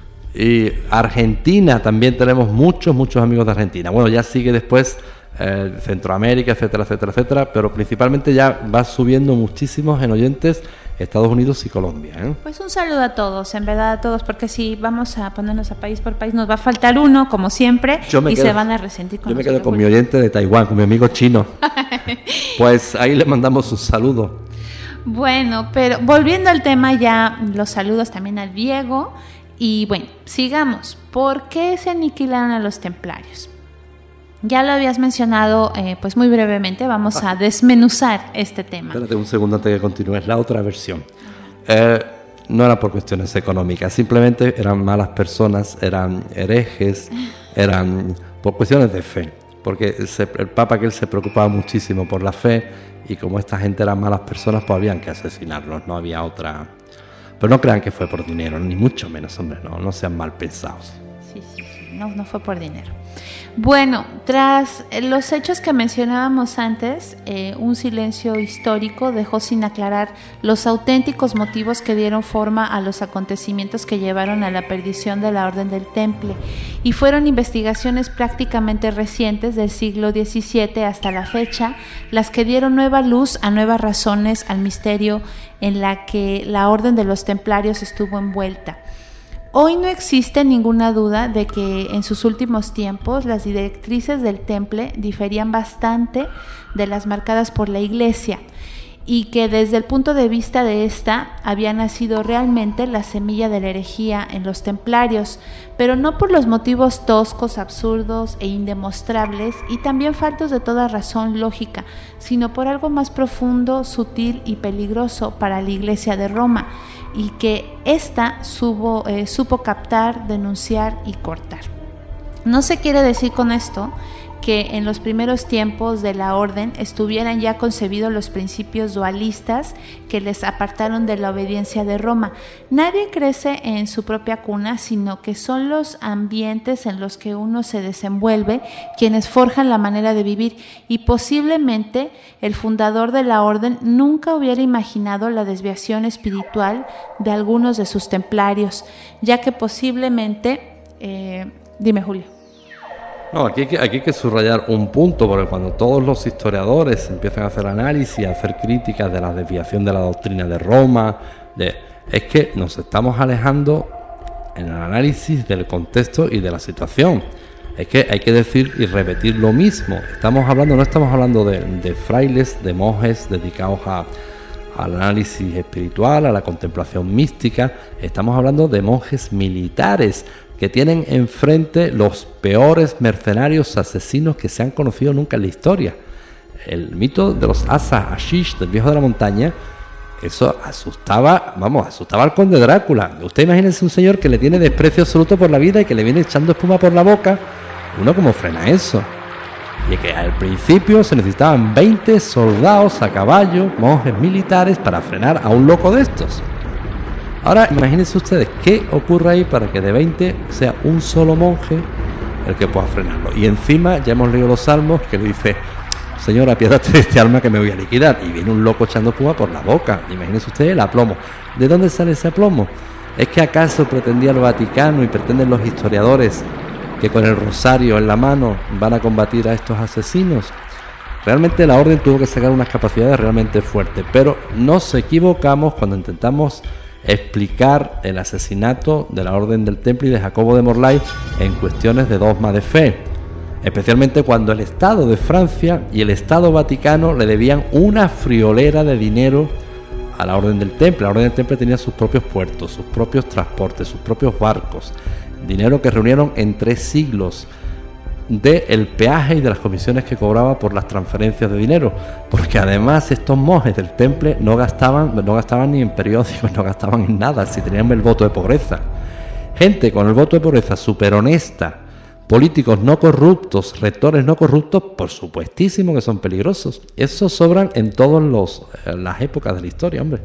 y Argentina. También tenemos muchos, muchos amigos de Argentina. Bueno, ya sigue después eh, Centroamérica, etcétera, etcétera, etcétera, pero principalmente ya va subiendo muchísimos en oyentes Estados Unidos y Colombia, ¿eh? Pues un saludo a todos, en verdad a todos, porque si vamos a ponernos a país por país nos va a faltar uno, como siempre, y quedo, se van a resentir con Yo me nosotros. quedo con mi oyente de Taiwán, con mi amigo chino. Pues ahí le mandamos un saludo. Bueno, pero volviendo al tema, ya los saludos también al Diego. Y bueno, sigamos. ¿Por qué se aniquilaron a los templarios? Ya lo habías mencionado, eh, pues muy brevemente. Vamos a desmenuzar este tema. Espérate un segundo antes de que continúes. La otra versión. Eh, no era por cuestiones económicas, simplemente eran malas personas, eran herejes, eran por cuestiones de fe. Porque se, el Papa aquel se preocupaba muchísimo por la fe, y como esta gente eran malas personas, pues habían que asesinarlos, no había otra. Pero no crean que fue por dinero, ni mucho menos, hombre, no, no sean mal pensados. Sí, sí, sí, no, no fue por dinero. Bueno, tras los hechos que mencionábamos antes, eh, un silencio histórico dejó sin aclarar los auténticos motivos que dieron forma a los acontecimientos que llevaron a la perdición de la Orden del Temple, y fueron investigaciones prácticamente recientes del siglo diecisiete hasta la fecha las que dieron nueva luz a nuevas razones al misterio en la que la Orden de los Templarios estuvo envuelta. Hoy no existe ninguna duda de que en sus últimos tiempos las directrices del Temple diferían bastante de las marcadas por la Iglesia, y que desde el punto de vista de esta había nacido realmente la semilla de la herejía en los templarios, pero no por los motivos toscos, absurdos e indemostrables y también faltos de toda razón lógica, sino por algo más profundo, sutil y peligroso para la Iglesia de Roma, y que ésta supo, eh, supo captar, denunciar y cortar. No se quiere decir con esto que en los primeros tiempos de la orden estuvieran ya concebidos los principios dualistas que les apartaron de la obediencia de Roma. Nadie crece en su propia cuna, sino que son los ambientes en los que uno se desenvuelve quienes forjan la manera de vivir, y posiblemente el fundador de la orden nunca hubiera imaginado la desviación espiritual de algunos de sus templarios, ya que posiblemente... Eh, dime, Julio. No, aquí hay, que, aquí hay que subrayar un punto, porque cuando todos los historiadores empiezan a hacer análisis, a hacer críticas de la desviación de la doctrina de Roma, de, es que nos estamos alejando en el análisis del contexto y de la situación. Es que hay que decir y repetir lo mismo. Estamos hablando, no estamos hablando de, de frailes, de monjes dedicados a, al análisis espiritual, a la contemplación mística. Estamos hablando de monjes militares que tienen enfrente los peores mercenarios asesinos que se han conocido nunca en la historia. El mito de los Asa Ashish, del viejo de la montaña, eso asustaba, vamos, asustaba al conde Drácula. Usted imagínese un señor que le tiene desprecio absoluto por la vida y que le viene echando espuma por la boca. Uno cómo frena eso. Y es que al principio se necesitaban veinte soldados a caballo, monjes militares, para frenar a un loco de estos. Ahora imagínense ustedes qué ocurre ahí para que de veinte sea un solo monje el que pueda frenarlo. Y encima ya hemos leído los salmos que le dice: Señor, apiádate de este alma que me voy a liquidar. Y viene un loco echando espuma por la boca. Imagínense ustedes el aplomo. ¿De dónde sale ese aplomo? ¿Es que acaso pretendía el Vaticano y pretenden los historiadores que con el rosario en la mano van a combatir a estos asesinos? Realmente la orden tuvo que sacar unas capacidades realmente fuertes, pero nos equivocamos cuando intentamos explicar el asesinato de la Orden del Temple y de Jacobo de Morlaix en cuestiones de dogma de fe, especialmente cuando el Estado de Francia y el Estado Vaticano le debían una friolera de dinero a la Orden del Temple. La Orden del Temple tenía sus propios puertos, sus propios transportes, sus propios barcos, dinero que reunieron en tres siglos del peaje y de las comisiones que cobraba por las transferencias de dinero, porque además estos monjes del Temple no gastaban, no gastaban ni en periódicos, no gastaban en nada, si tenían el voto de pobreza. Gente con el voto de pobreza súper honesta, políticos no corruptos, rectores no corruptos, por supuestísimo que son peligrosos. Esos sobran en todas las épocas de la historia, hombre.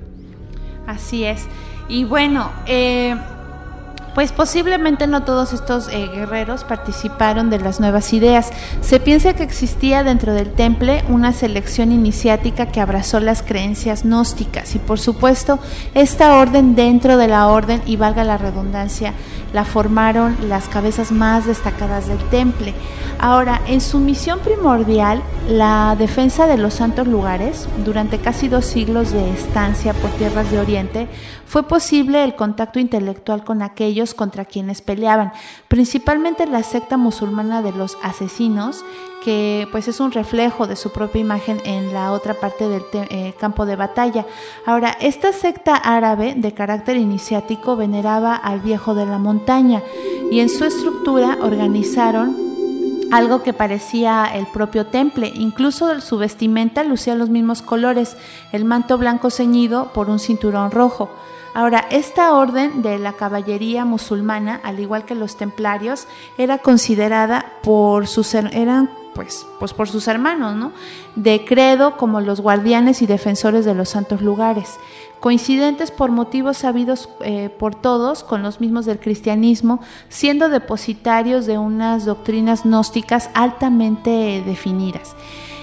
Así es. Y bueno, eh... pues posiblemente no todos estos eh, guerreros participaron de las nuevas ideas. Se piensa que existía dentro del Temple una selección iniciática que abrazó las creencias gnósticas, y por supuesto esta orden dentro de la orden, y valga la redundancia, la formaron las cabezas más destacadas del Temple. Ahora, en su misión primordial, la defensa de los santos lugares, durante casi dos siglos de estancia por tierras de Oriente, fue posible el contacto intelectual con aquellos contra quienes peleaban, principalmente la secta musulmana de los asesinos, que pues es un reflejo de su propia imagen en la otra parte del te- eh, campo de batalla. Ahora, esta secta árabe de carácter iniciático veneraba al viejo de la montaña, y en su estructura organizaron algo que parecía el propio Temple. Incluso su vestimenta lucía los mismos colores, el manto blanco ceñido por un cinturón rojo. Ahora, esta orden de la caballería musulmana, al igual que los templarios, era considerada por sus eran pues, pues por sus hermanos, ¿no?, de credo, como los guardianes y defensores de los santos lugares, coincidentes por motivos sabidos eh, por todos con los mismos del cristianismo, siendo depositarios de unas doctrinas gnósticas altamente definidas.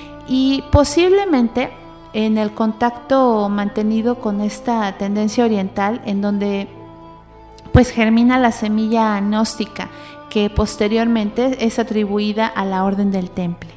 Y posiblemente en el contacto mantenido con esta tendencia oriental, en donde pues germina la semilla gnóstica, que posteriormente es atribuida a la Orden del Temple.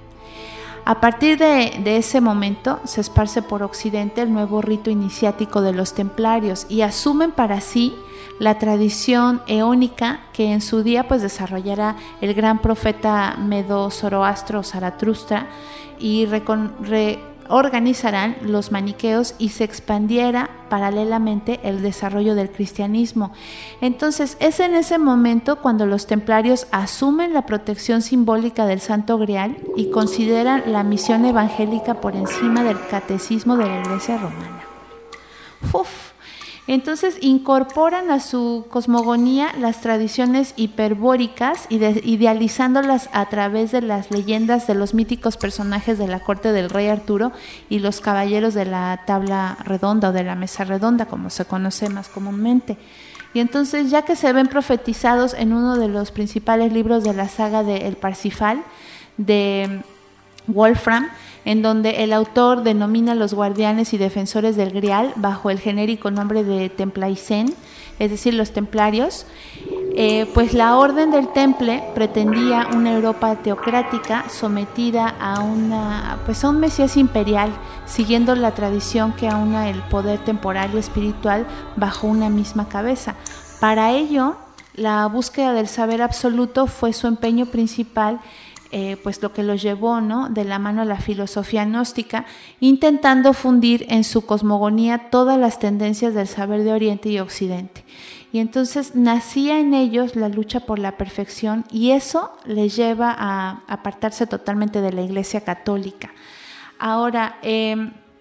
A partir de, de ese momento se esparce por Occidente el nuevo rito iniciático de los templarios, y asumen para sí la tradición eónica que en su día pues desarrollará el gran profeta Medo-Zoroastro Zaratustra, y recon, re, organizarán los maniqueos, y se expandiera paralelamente el desarrollo del cristianismo. Entonces es en ese momento cuando los templarios asumen la protección simbólica del Santo Grial y consideran la misión evangélica por encima del catecismo de la Iglesia romana. Uf. Entonces incorporan a su cosmogonía las tradiciones hiperbóricas y de, idealizándolas a través de las leyendas de los míticos personajes de la corte del rey Arturo y los caballeros de la tabla redonda o de la mesa redonda, como se conoce más comúnmente. Y entonces, ya que se ven profetizados en uno de los principales libros de la saga de El Parsifal, de Wolfram, en donde el autor denomina a los guardianes y defensores del Grial bajo el genérico nombre de Templaicén, es decir, los templarios, eh, pues la Orden del Temple pretendía una Europa teocrática sometida a, una, pues a un Mesías imperial, siguiendo la tradición que aúna el poder temporal y espiritual bajo una misma cabeza. Para ello, la búsqueda del saber absoluto fue su empeño principal, Eh, pues lo que los llevó, ¿no?, de la mano a la filosofía gnóstica, intentando fundir en su cosmogonía todas las tendencias del saber de Oriente y Occidente. Y entonces nacía en ellos la lucha por la perfección, y eso les lleva a apartarse totalmente de la Iglesia Católica. Ahora, eh,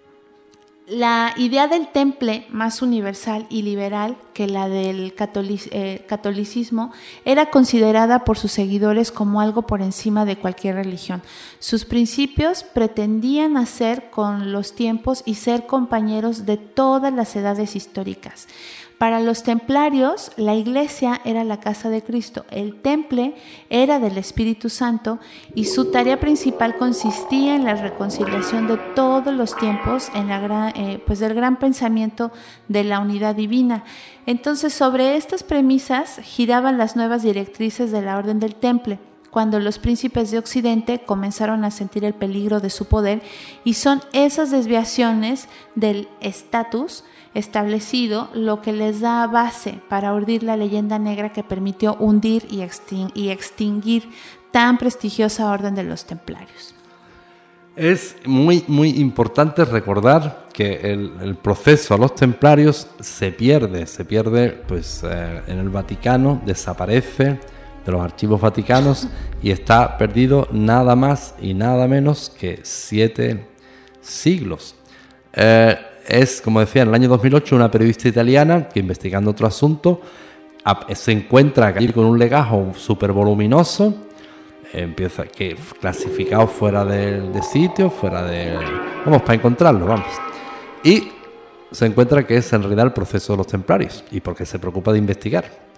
la idea del temple, más universal y liberal que la del catolic, eh, catolicismo, era considerada por sus seguidores como algo por encima de cualquier religión. Sus principios pretendían hacer con los tiempos y ser compañeros de todas las edades históricas. Para los templarios, la iglesia era la casa de Cristo, el temple era del Espíritu Santo, y su tarea principal consistía en la reconciliación de todos los tiempos, en la gran, eh, pues del gran pensamiento de la unidad divina. Entonces, sobre estas premisas giraban las nuevas directrices de la Orden del Temple, cuando los príncipes de Occidente comenzaron a sentir el peligro de su poder, y son esas desviaciones del estatus establecido lo que les da base para urdir la leyenda negra que permitió hundir y, extin- y extinguir tan prestigiosa Orden de los Templarios. Es muy, muy importante recordar que el, el proceso a los templarios se pierde, se pierde pues eh, en el Vaticano, desaparece de los archivos vaticanos y está perdido nada más y nada menos que siete siglos. Eh, es, como decía, en el año dos mil ocho una periodista italiana que, investigando otro asunto, se encuentra allí con un legajo súper voluminoso, empieza que clasificado fuera de, de sitio, fuera de... Vamos, para encontrarlo, vamos. Y se encuentra que es en realidad el proceso de los templarios, y porque se preocupa de investigar.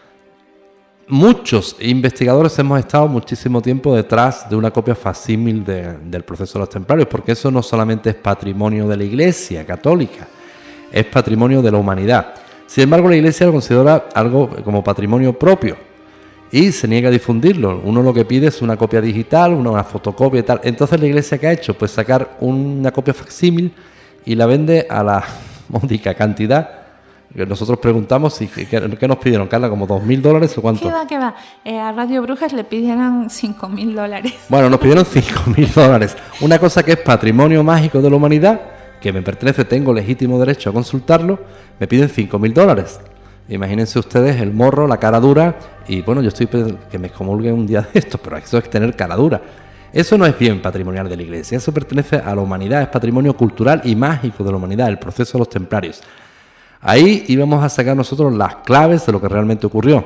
Muchos investigadores hemos estado muchísimo tiempo detrás de una copia facsímil de, del proceso de los templarios, porque eso no solamente es patrimonio de la Iglesia Católica, es patrimonio de la humanidad. Sin embargo, la Iglesia lo considera algo como patrimonio propio y se niega a difundirlo. Uno lo que pide es una copia digital, una, una fotocopia y tal. Entonces, ¿la Iglesia qué ha hecho? Pues sacar una copia facsímil y la vende a la módica cantidad. Nosotros preguntamos si, ¿qué, qué nos pidieron, Carla? ¿Como dos mil dólares o cuánto? ¿Qué va, qué va? Eh, a Radio Brujas le pidieron cinco mil dólares. Bueno, nos pidieron cinco mil dólares. Una cosa que es patrimonio mágico de la humanidad, que me pertenece, tengo legítimo derecho a consultarlo, me piden cinco mil dólares. Imagínense ustedes el morro, la cara dura, y bueno, yo estoy que me excomulguen un día de estos, pero eso es tener cara dura. Eso no es bien patrimonial de la Iglesia, eso pertenece a la humanidad, es patrimonio cultural y mágico de la humanidad, el proceso de los templarios. Ahí íbamos a sacar nosotros las claves de lo que realmente ocurrió.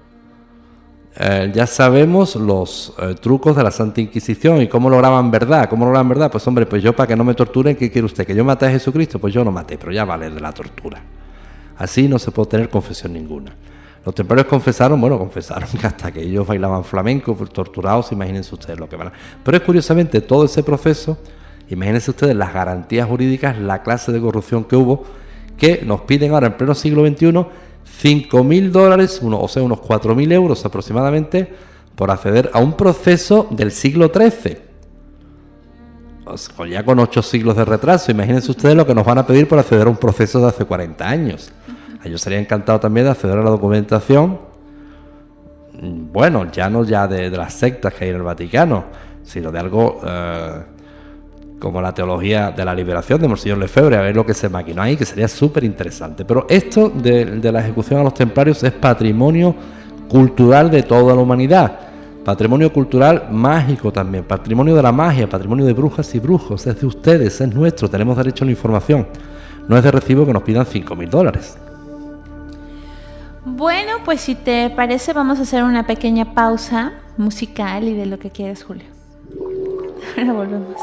Eh, ya sabemos los eh, trucos de la Santa Inquisición y cómo lograban verdad. ¿Cómo lograban verdad? Pues hombre, pues yo para que no me torturen, ¿qué quiere usted? ¿Que yo maté a Jesucristo? Pues yo no maté, pero ya vale de la tortura. Así no se puede tener confesión ninguna. Los templarios confesaron, bueno, confesaron que hasta que ellos bailaban flamenco, pues, torturados, imagínense ustedes lo que van a... Pero es curiosamente todo ese proceso, imagínense ustedes las garantías jurídicas, la clase de corrupción que hubo, que nos piden ahora en pleno siglo veintiuno cinco mil dólares, uno, o sea, unos cuatro mil euros aproximadamente, por acceder a un proceso del siglo trece. O sea, ya con ocho siglos de retraso, imagínense ustedes lo que nos van a pedir por acceder a un proceso de hace cuarenta años. Yo sería encantado también de acceder a la documentación, bueno, ya no ya de, de las sectas que hay en el Vaticano, sino de algo... Eh, como la teología de la liberación de Monseñor Lefebvre, a ver lo que se maquinó ahí, que sería súper interesante. Pero esto de, de la ejecución a los templarios es patrimonio cultural de toda la humanidad, patrimonio cultural mágico también, patrimonio de la magia, patrimonio de brujas y brujos, es de ustedes, es nuestro, tenemos derecho a la información. No es de recibo que nos pidan cinco mil dólares. Bueno, pues si te parece vamos a hacer una pequeña pausa musical y de lo que quieras, Julio. Ahora volvemos.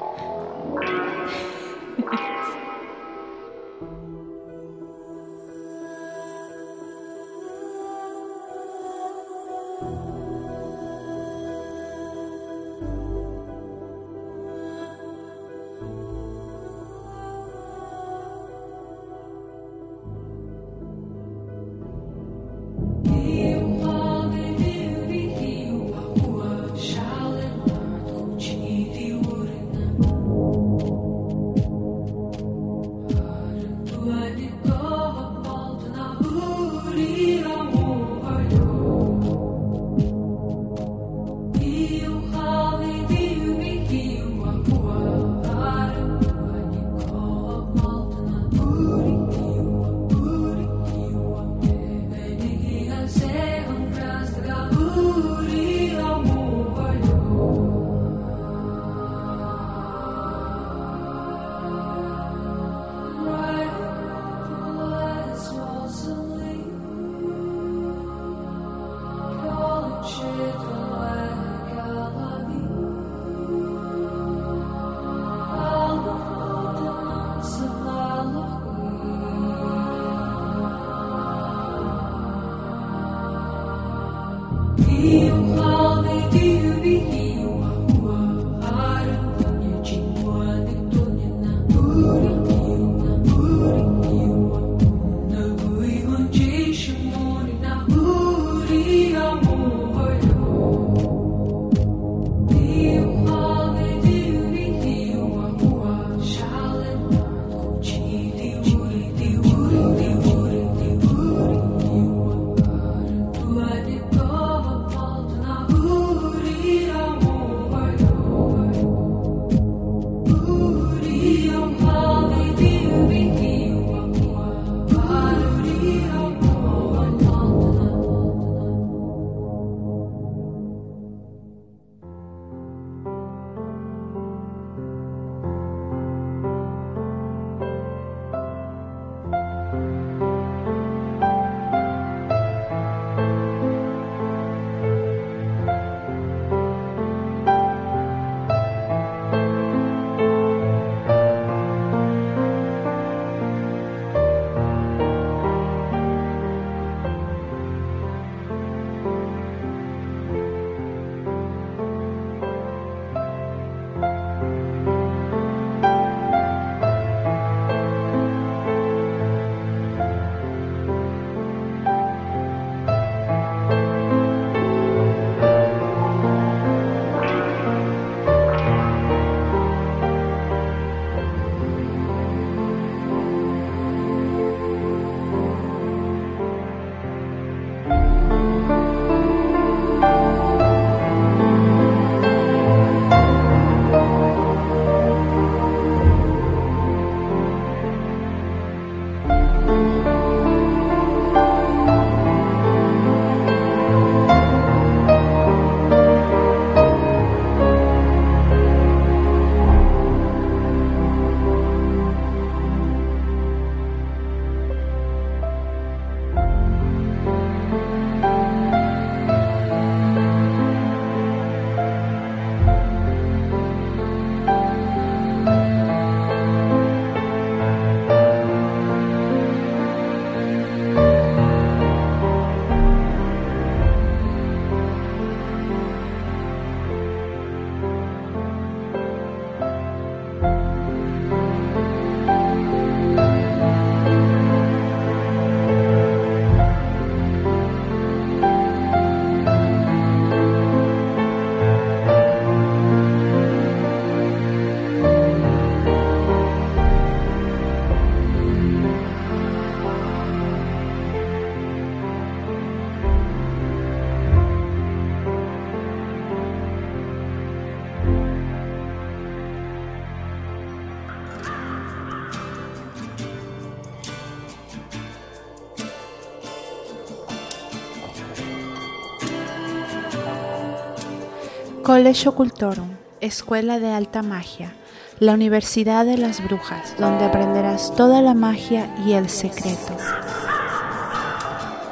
College Occultorum, Escuela de Alta Magia, la Universidad de las Brujas, donde aprenderás toda la magia y el secreto.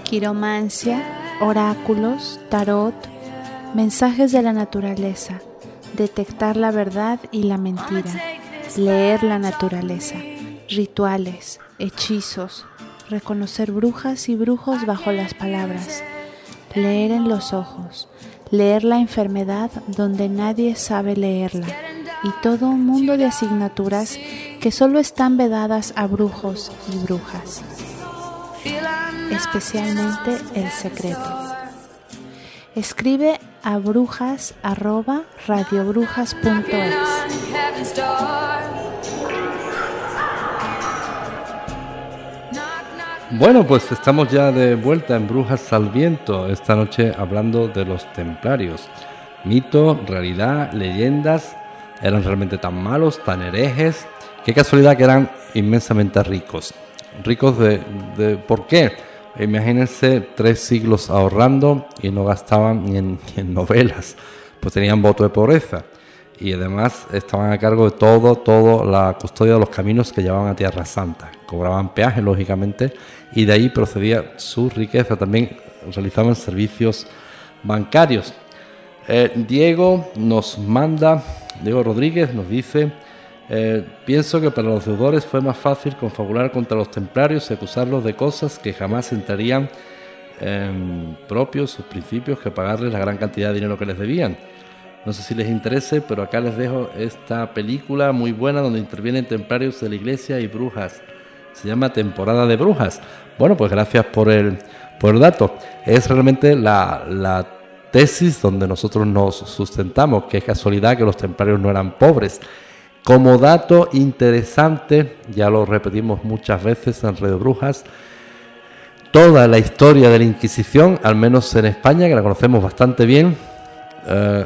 quiromancia, oráculos, tarot, mensajes de la naturaleza, detectar la verdad y la mentira, leer la naturaleza, rituales, hechizos, reconocer brujas y brujos bajo las palabras, leer en los ojos, leer la enfermedad donde nadie sabe leerla, y todo un mundo de asignaturas que solo están vedadas a brujos y brujas, especialmente el secreto. Escribe a brujas arroba radiobrujas punto es. Bueno, pues estamos ya de vuelta en Brujas al Viento, esta noche hablando de los templarios. Mito, realidad, leyendas, eran realmente tan malos, tan herejes. Qué casualidad que eran inmensamente ricos. Ricos de, de ¿por qué? Imagínense tres siglos ahorrando y no gastaban ni en, ni en novelas, pues tenían voto de pobreza. Y además estaban a cargo de todo, todo la custodia de los caminos que llevaban a Tierra Santa. Cobraban peaje, lógicamente, y de ahí procedía su riqueza. También realizaban servicios bancarios. Eh, Diego nos manda, Diego Rodríguez nos dice, eh, pienso que para los deudores fue más fácil confabular contra los templarios y acusarlos de cosas que jamás entrarían en propios sus principios que pagarles la gran cantidad de dinero que les debían. No sé si les interese, pero acá les dejo esta película muy buena donde intervienen templarios de la iglesia y brujas. Se llama Temporada de Brujas. Bueno, pues gracias por el, por el dato. Es realmente la, la tesis donde nosotros nos sustentamos, que es casualidad que los templarios no eran pobres. Como dato interesante, ya lo repetimos muchas veces en Radio Brujas, toda la historia de la Inquisición, al menos en España, que la conocemos bastante bien, eh,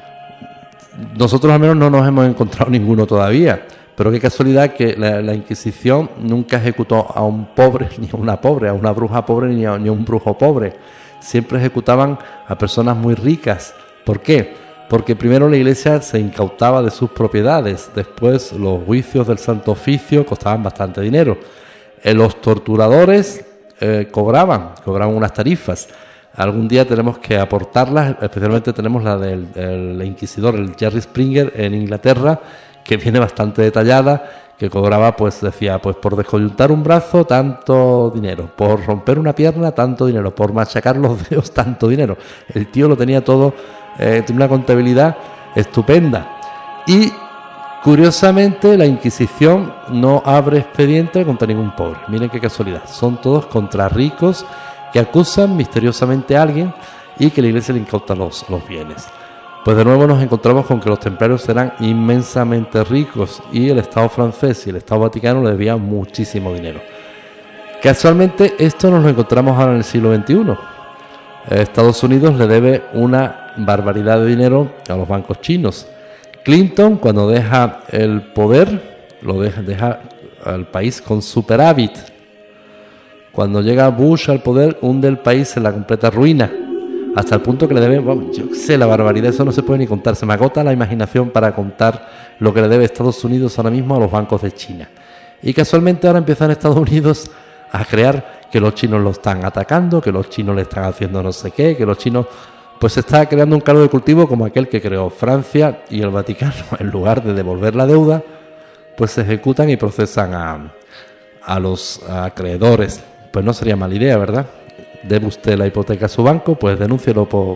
nosotros al menos no nos hemos encontrado ninguno todavía, pero qué casualidad que la, la Inquisición nunca ejecutó a un pobre ni a una pobre, a una bruja pobre ni a, ni a un brujo pobre. Siempre ejecutaban a personas muy ricas. ¿Por qué? Porque primero la iglesia se incautaba de sus propiedades, después los juicios del Santo Oficio costaban bastante dinero. Eh, los torturadores eh, cobraban, cobraban unas tarifas. Algún día tenemos que aportarlas, especialmente tenemos la del el inquisidor, el Jerry Springer en Inglaterra, que viene bastante detallada, que cobraba, pues decía, pues por descoyuntar un brazo, tanto dinero, por romper una pierna, tanto dinero, por machacar los dedos, tanto dinero. El tío lo tenía todo, eh, tiene una contabilidad estupenda. Y curiosamente la Inquisición no abre expediente contra ningún pobre. Miren qué casualidad, son todos contra ricos que acusan misteriosamente a alguien y que la iglesia le incauta los, los bienes. Pues de nuevo nos encontramos con que los templarios eran inmensamente ricos y el Estado francés y el Estado Vaticano le debían muchísimo dinero. Casualmente esto nos lo encontramos ahora en el siglo veintiuno. Estados Unidos le debe una barbaridad de dinero a los bancos chinos. Clinton, cuando deja el poder, lo deja, deja al país con superávit. Cuando llega Bush al poder, hunde el país en la completa ruina, hasta el punto que le debe, bueno, yo sé, la barbaridad, eso no se puede ni contar, se me agota la imaginación para contar lo que le debe Estados Unidos ahora mismo a los bancos de China. Y casualmente ahora empiezan Estados Unidos a crear que los chinos lo están atacando, que los chinos le están haciendo no sé qué, que los chinos, pues se está creando un caldo de cultivo como aquel que creó Francia y el Vaticano. En lugar de devolver la deuda, pues se ejecutan y procesan a, a los acreedores. Pues no sería mala idea, ¿verdad? Debe usted la hipoteca a su banco, pues denúncielo por,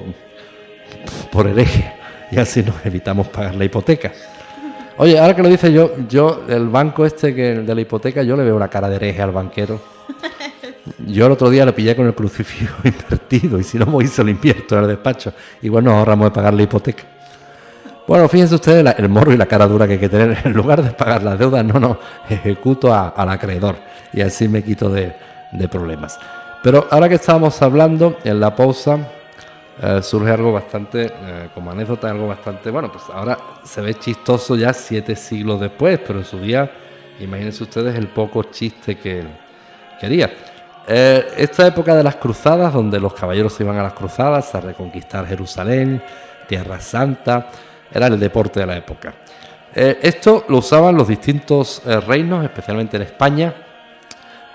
por hereje y así nos evitamos pagar la hipoteca. Oye, ahora que lo dice yo, yo el banco este que de la hipoteca, yo le veo una cara de hereje al banquero. Yo el otro día le pillé con el crucifijo invertido y si no voy se lo invierto en el despacho. Igual nos ahorramos de pagar la hipoteca. Bueno, fíjense ustedes la, el morro y la cara dura que hay que tener. En lugar de pagar las deudas, no, no, ejecuto a, al acreedor y así me quito de... de problemas. Pero ahora que estábamos hablando en la pausa, eh, surge algo bastante, eh, como anécdota, algo bastante, bueno, pues ahora se ve chistoso ya siete siglos después, pero en su día, imagínense ustedes el poco chiste que quería. Eh, esta época de las cruzadas, donde los caballeros se iban a las cruzadas a reconquistar Jerusalén, Tierra Santa, era el deporte de la época. Eh, esto lo usaban los distintos eh, reinos, especialmente en España,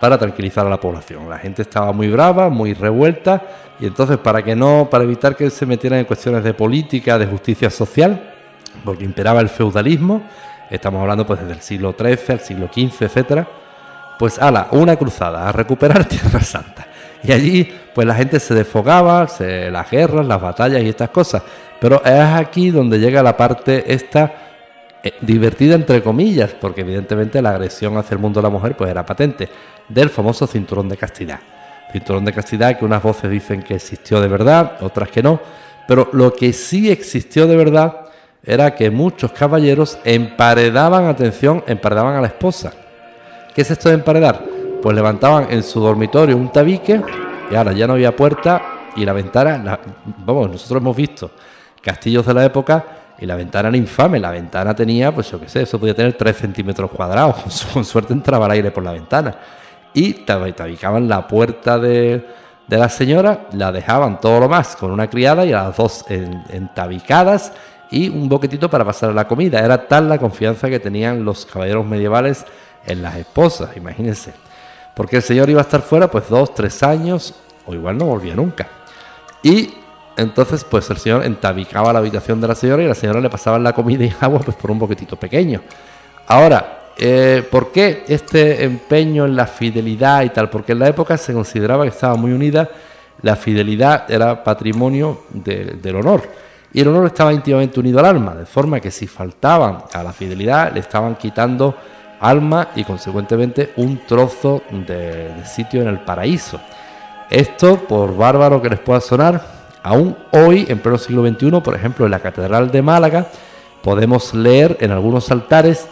para tranquilizar a la población. La gente estaba muy brava, muy revuelta, y entonces para que no, para evitar que se metieran en cuestiones de política, de justicia social, porque imperaba el feudalismo, estamos hablando pues desde el siglo trece al siglo quince, etcétera, pues ala, una cruzada, a recuperar Tierra Santa. Y allí pues la gente se desfogaba, se, las guerras, las batallas y estas cosas. Pero es aquí donde llega la parte esta eh, divertida entre comillas, porque evidentemente la agresión hacia el mundo de la mujer pues era patente, del famoso cinturón de castidad. Cinturón de castidad que unas voces dicen que existió de verdad, otras que no, pero lo que sí existió de verdad era que muchos caballeros emparedaban, atención, emparedaban a la esposa. ¿Qué es esto de emparedar? Pues levantaban en su dormitorio un tabique y ahora ya no había puerta y la ventana, la, vamos, nosotros hemos visto castillos de la época y la ventana era infame, la ventana tenía, pues yo qué sé, eso podía tener tres centímetros cuadrados, con suerte entraba el aire por la ventana. Y tabicaban la puerta de, de la señora, la dejaban todo lo más con una criada y a las dos en, entabicadas y un boquetito para pasar la comida. Era tal la confianza que tenían los caballeros medievales en las esposas, imagínense. Porque el señor iba a estar fuera pues dos, tres años, o igual no volvía nunca. Y entonces pues el señor entabicaba la habitación de la señora y a la señora le pasaban la comida y agua pues por un boquetito pequeño. Ahora, eh, ¿por qué este empeño en la fidelidad y tal? Porque en la época se consideraba que estaba muy unida, la fidelidad era patrimonio de, del honor. Y el honor estaba íntimamente unido al alma, de forma que si faltaban a la fidelidad le estaban quitando alma y consecuentemente un trozo de, de sitio en el paraíso. Esto, por bárbaro que les pueda sonar, aún hoy, en pleno siglo veintiuno, por ejemplo, en la Catedral de Málaga, podemos leer en algunos altares,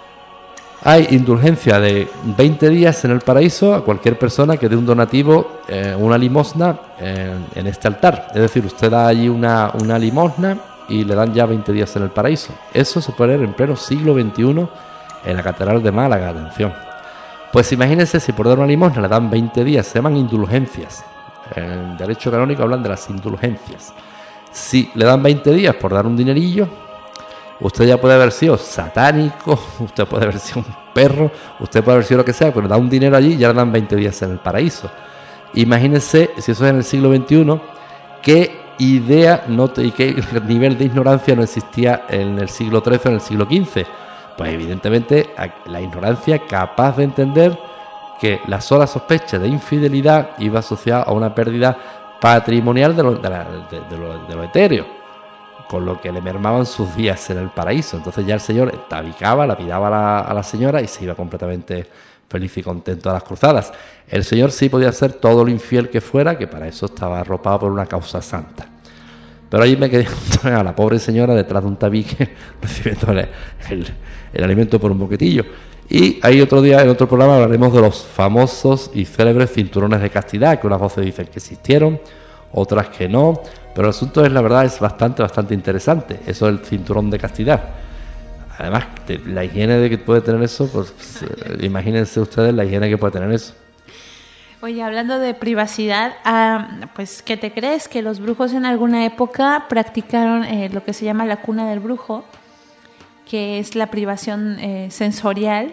hay indulgencia de veinte días en el paraíso a cualquier persona que dé un donativo, eh, una limosna en, en este altar. Es decir, usted da allí una, una limosna y le dan ya veinte días en el paraíso. Eso se puede leer en pleno siglo veintiuno en la Catedral de Málaga, atención. Pues imagínense si por dar una limosna le dan veinte días, se llaman indulgencias. En derecho canónico hablan de las indulgencias. Si le dan veinte días por dar un dinerillo, usted ya puede haber sido satánico, usted puede haber sido un perro, usted puede haber sido lo que sea, pero le da un dinero allí y ya le dan veinte días en el paraíso. Imagínense, si eso es en el siglo veintiuno, qué idea no te, y qué nivel de ignorancia no existía en el siglo trece o en el siglo quince. Pues evidentemente la ignorancia capaz de entender que la sola sospecha de infidelidad iba asociada a una pérdida patrimonial de lo, de la, de, de lo, de lo etéreo, con lo que le mermaban sus días en el paraíso. Entonces ya el señor tabicaba, lapidaba a la, a la señora y se iba completamente feliz y contento a las cruzadas. El señor sí podía ser todo lo infiel que fuera, que para eso estaba arropado por una causa santa. Pero ahí me quedé a la pobre señora detrás de un tabique recibiendo el, el, el alimento por un boquetillo. Y ahí otro día, en otro programa, hablaremos de los famosos y célebres cinturones de castidad, que unas voces dicen que existieron, otras que no. Pero el asunto es, la verdad, es bastante, bastante interesante, eso del cinturón de castidad. Además, de la higiene de que puede tener eso, pues eh, imagínense ustedes la higiene que puede tener eso. Oye, hablando de privacidad, ah, pues, ¿qué te crees? Que los brujos en alguna época practicaron eh, lo que se llama la cuna del brujo, que es la privación eh, sensorial,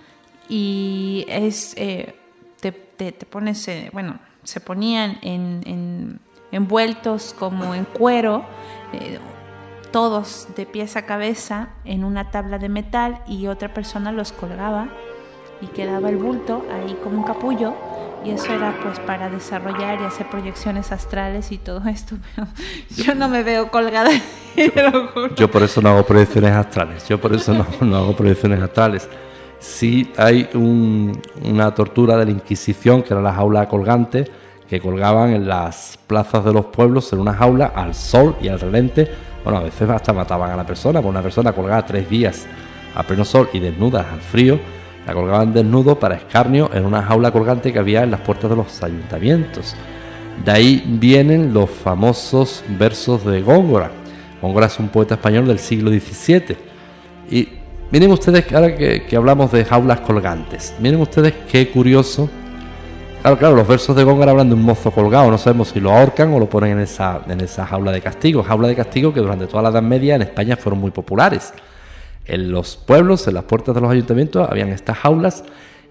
y es, eh, te, te, te pones, eh, bueno, se ponían en, en envueltos como en cuero, eh, todos de pies a cabeza en una tabla de metal, y otra persona los colgaba y quedaba el bulto ahí como un capullo. Y eso era pues para desarrollar y hacer proyecciones astrales y todo esto. Pero yo no me veo colgada. Yo por eso no hago proyecciones astrales. Yo por eso no, no hago proyecciones astrales. Sí hay un, una tortura de la Inquisición, que era la jaula colgante, que colgaban en las plazas de los pueblos en una jaula al sol y al relente. Bueno, a veces hasta mataban a la persona, porque una persona colgada tres días a pleno sol y desnuda al frío, la colgaban desnudo para escarnio en una jaula colgante que había en las puertas de los ayuntamientos. De ahí vienen los famosos versos de Góngora. Góngora es un poeta español del siglo diecisiete. Y miren ustedes, ahora que, que hablamos de jaulas colgantes, miren ustedes qué curioso. Claro, claro, los versos de Góngora hablan de un mozo colgado. No sabemos si lo ahorcan o lo ponen en esa, en esa jaula de castigo. Jaula de castigo que durante toda la Edad Media en España fueron muy populares. En los pueblos, en las puertas de los ayuntamientos, habían estas jaulas,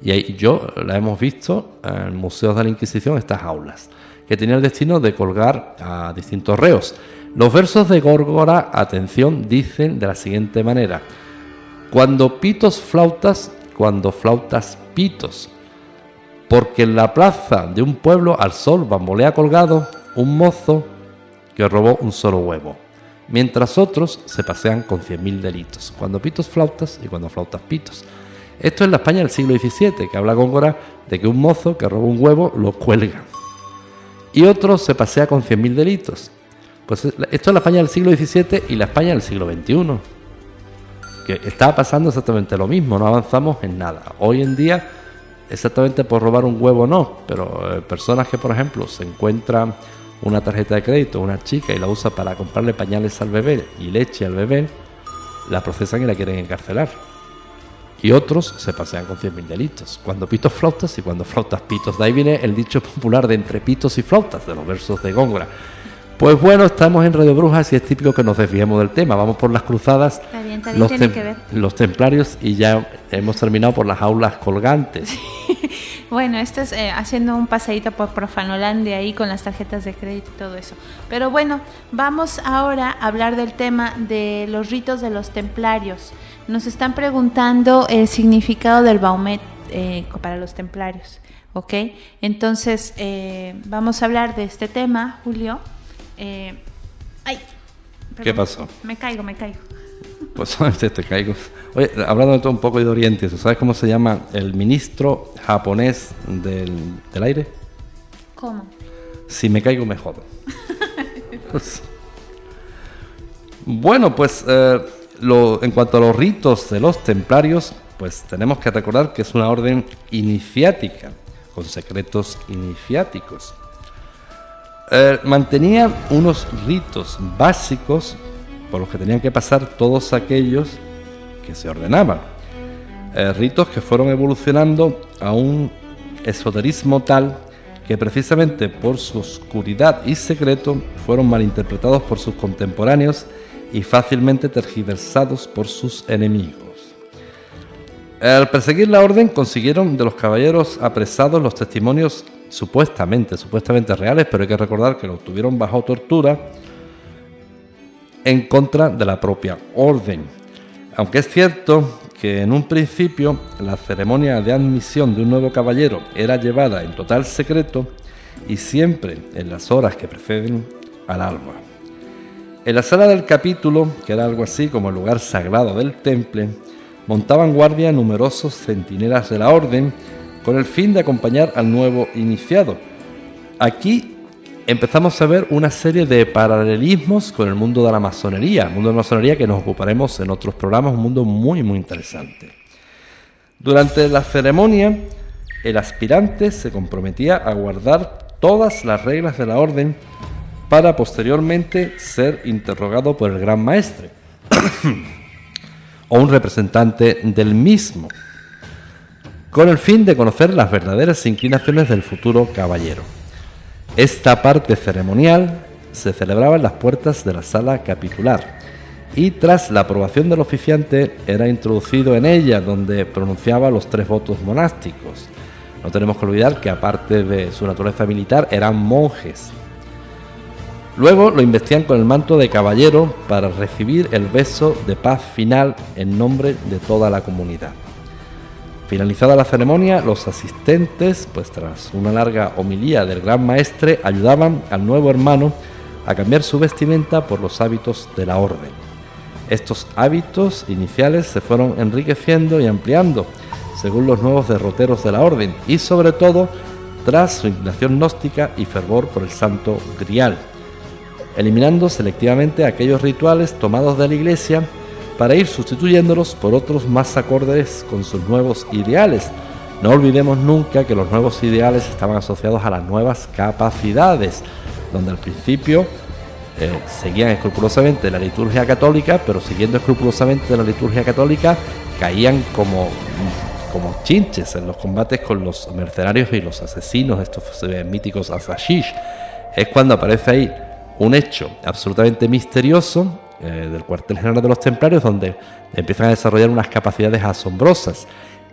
Y ahí yo la hemos visto en museos de la Inquisición, estas jaulas, que tenían el destino de colgar a distintos reos. Los versos de Górgora, atención, dicen de la siguiente manera: cuando pitos flautas, cuando flautas pitos, porque en la plaza de un pueblo al sol bambolea colgado un mozo que robó un solo huevo, mientras otros se pasean con cien mil delitos. Cuando pitos flautas y cuando flautas pitos. Esto es la España del siglo diecisiete, que habla Góngora de que un mozo que roba un huevo lo cuelga y otro se pasea con cien mil delitos. Pues esto es la España del siglo diecisiete y la España del siglo veintiuno, que está pasando exactamente lo mismo, no avanzamos en nada. Hoy en día, exactamente por robar un huevo no, pero eh, personas que, por ejemplo, se encuentran una tarjeta de crédito, una chica, y la usa para comprarle pañales al bebé y leche al bebé, la procesan y la quieren encarcelar. Y otros se pasean con cien mil delitos. Cuando pitos flautas y cuando flautas pitos. De ahí viene el dicho popular de entre pitos y flautas, de los versos de Góngora. Pues bueno, estamos en Radio Brujas y es típico que nos desviemos del tema. Vamos por las cruzadas, Está bien, está bien, los, tiene tem- que ver. los templarios, y ya hemos terminado por las jaulas colgantes. Bueno, esto es eh, haciendo un paseíto por Profanolandia ahí con las tarjetas de crédito y todo eso. Pero bueno, vamos ahora a hablar del tema de los ritos de los templarios. Nos están preguntando el significado del Baumet eh, para los templarios, ¿ok? Entonces, eh, vamos a hablar de este tema, Julio. Eh, ¡Ay! Perdón, ¿Qué pasó? Me caigo, me caigo. Pues solamente te caigo. Oye, hablando de todo un poco y de Oriente, ¿tú sabes cómo se llama el ministro japonés del, del aire? ¿Cómo? Si me caigo me jodo. Bueno, pues eh, lo, en cuanto a los ritos de los templarios, pues tenemos que recordar que es una orden iniciática, con secretos iniciáticos. Eh, mantenía unos ritos básicos por los que tenían que pasar todos aquellos que se ordenaban. Eh, ritos que fueron evolucionando a un esoterismo tal que precisamente por su oscuridad y secreto fueron malinterpretados por sus contemporáneos y fácilmente tergiversados por sus enemigos. Al perseguir la orden consiguieron de los caballeros apresados los testimonios supuestamente, supuestamente reales, pero hay que recordar que los tuvieron bajo tortura en contra de la propia orden. Aunque es cierto que en un principio la ceremonia de admisión de un nuevo caballero era llevada en total secreto y siempre en las horas que preceden al alba. En la sala del capítulo, que era algo así como el lugar sagrado del temple, montaban guardia numerosos centinelas de la orden con el fin de acompañar al nuevo iniciado. Aquí empezamos a ver una serie de paralelismos con el mundo de la masonería, el mundo de la masonería que nos ocuparemos en otros programas, un mundo muy muy interesante. Durante la ceremonia, el aspirante se comprometía a guardar todas las reglas de la orden para posteriormente ser interrogado por el gran maestre o un representante del mismo, con el fin de conocer las verdaderas inclinaciones del futuro caballero. Esta parte ceremonial se celebraba en las puertas de la sala capitular y tras la aprobación del oficiante era introducido en ella, donde pronunciaba los tres votos monásticos. No tenemos que olvidar que aparte de su naturaleza militar eran monjes. Luego lo investían con el manto de caballero para recibir el beso de paz final en nombre de toda la comunidad. Finalizada la ceremonia, los asistentes, pues tras una larga homilía del gran maestre, ayudaban al nuevo hermano a cambiar su vestimenta por los hábitos de la orden. Estos hábitos iniciales se fueron enriqueciendo y ampliando según los nuevos derroteros de la orden y sobre todo tras su inclinación gnóstica y fervor por el Santo Grial, eliminando selectivamente aquellos rituales tomados de la Iglesia para ir sustituyéndolos por otros más acordes con sus nuevos ideales. No olvidemos nunca que los nuevos ideales estaban asociados a las nuevas capacidades, donde al principio eh, seguían escrupulosamente la liturgia católica, pero siguiendo escrupulosamente la liturgia católica caían como, como chinches en los combates con los mercenarios y los asesinos, estos eh, míticos asashish. Es cuando aparece ahí un hecho absolutamente misterioso eh, del cuartel general de los templarios, donde empiezan a desarrollar unas capacidades asombrosas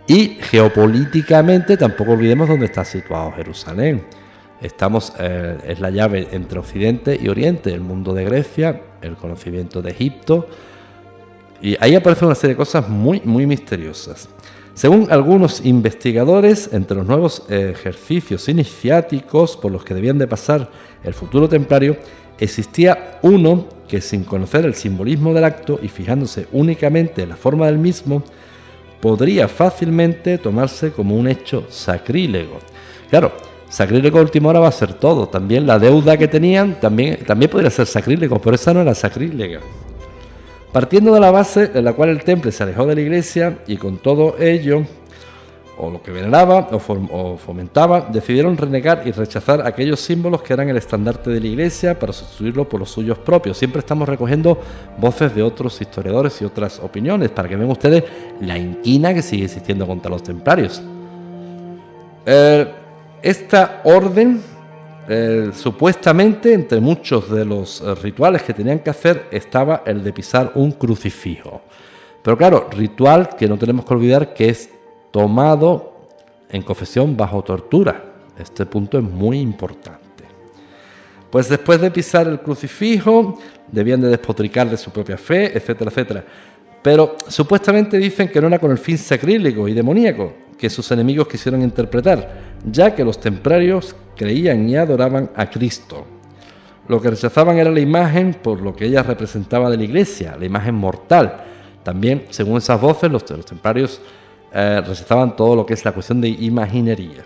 Y geopolíticamente tampoco olvidemos dónde está situado Jerusalén. Estamos, eh, es la llave entre Occidente y Oriente, el mundo de Grecia, el conocimiento de Egipto, y ahí aparece una serie de cosas muy, muy misteriosas. Según algunos investigadores, entre los nuevos ejercicios iniciáticos por los que debían de pasar el futuro templario, existía uno que, sin conocer el simbolismo del acto y fijándose únicamente en la forma del mismo, podría fácilmente tomarse como un hecho sacrílego. Claro, sacrílego a última hora va a ser todo. También la deuda que tenían también, también podría ser sacrílego, pero esa no era sacrílega. Partiendo de la base en la cual el temple se alejó de la iglesia y con todo ello, o lo que veneraba o, o fomentaba, decidieron renegar y rechazar aquellos símbolos que eran el estandarte de la iglesia para sustituirlo por los suyos propios. Siempre estamos recogiendo voces de otros historiadores y otras opiniones para que vean ustedes la inquina que sigue existiendo contra los templarios. Eh, esta orden, eh, supuestamente, entre muchos de los eh, rituales que tenían que hacer, estaba el de pisar un crucifijo. Pero claro, ritual que no tenemos que olvidar que es tomado en confesión bajo tortura. Este punto es muy importante. Pues después de pisar el crucifijo, debían de despotricar de su propia fe, etcétera, etcétera. Pero supuestamente dicen que no era con el fin sacrílego y demoníaco que sus enemigos quisieron interpretar, ya que los templarios creían y adoraban a Cristo. Lo que rechazaban era la imagen por lo que ella representaba de la iglesia, la imagen mortal. También, según esas voces, los, los templarios eh, rechazaban todo lo que es la cuestión de imaginería.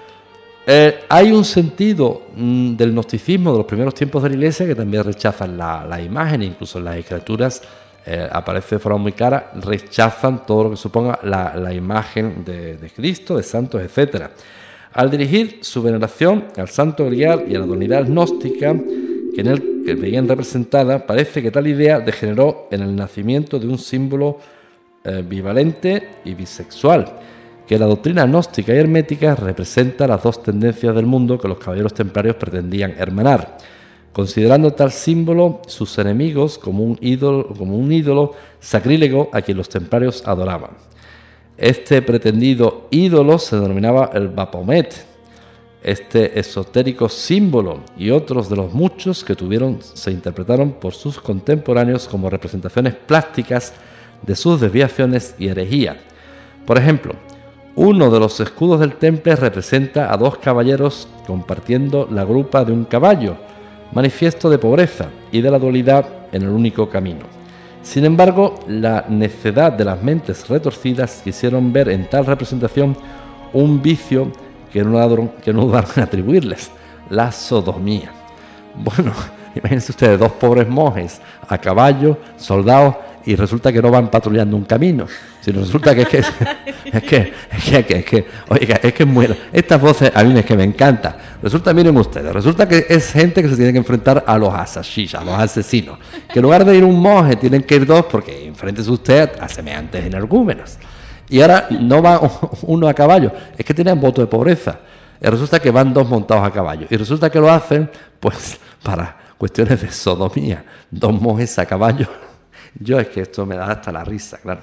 Eh, hay un sentido mmm, del gnosticismo de los primeros tiempos de la iglesia que también rechazan la, la imagen, incluso en las escrituras eh, aparece de forma muy clara, rechazan todo lo que suponga la, la imagen de, de Cristo, de santos, etcétera. Al dirigir su veneración al santo grial y a la divinidad gnóstica que en él que veían representada, parece que tal idea degeneró en el nacimiento de un símbolo eh, bivalente y bisexual, que la doctrina gnóstica y hermética representa las dos tendencias del mundo que los caballeros templarios pretendían hermanar, considerando tal símbolo sus enemigos como un ídolo, como un ídolo sacrílego a quien los templarios adoraban. Este pretendido ídolo se denominaba el Baphomet. Este esotérico símbolo y otros de los muchos que tuvieron se interpretaron por sus contemporáneos como representaciones plásticas de sus desviaciones y herejía. Por ejemplo, uno de los escudos del temple representa a dos caballeros compartiendo la grupa de un caballo, manifiesto de pobreza y de la dualidad en el único camino. Sin embargo, la necedad de las mentes retorcidas quisieron ver en tal representación un vicio que no, que no dudaron en atribuirles, la sodomía. Bueno, imagínense ustedes, dos pobres monjes a caballo, soldados, y resulta que no van patrullando un camino, sino resulta que es que es que es que, es que, es que oiga, es que es muy, estas voces a mí es que me encanta. Resulta, miren ustedes, resulta que es gente que se tiene que enfrentar a los asesines, a los asesinos, que en lugar de ir un monje tienen que ir dos porque enfréntese usted a semejantes energúmenos. Y ahora no va uno a caballo, es que tienen voto de pobreza. Y resulta que van dos montados a caballo. Y resulta que lo hacen, pues, para cuestiones de sodomía. Dos monjes a caballo. Yo es que esto me da hasta la risa, claro.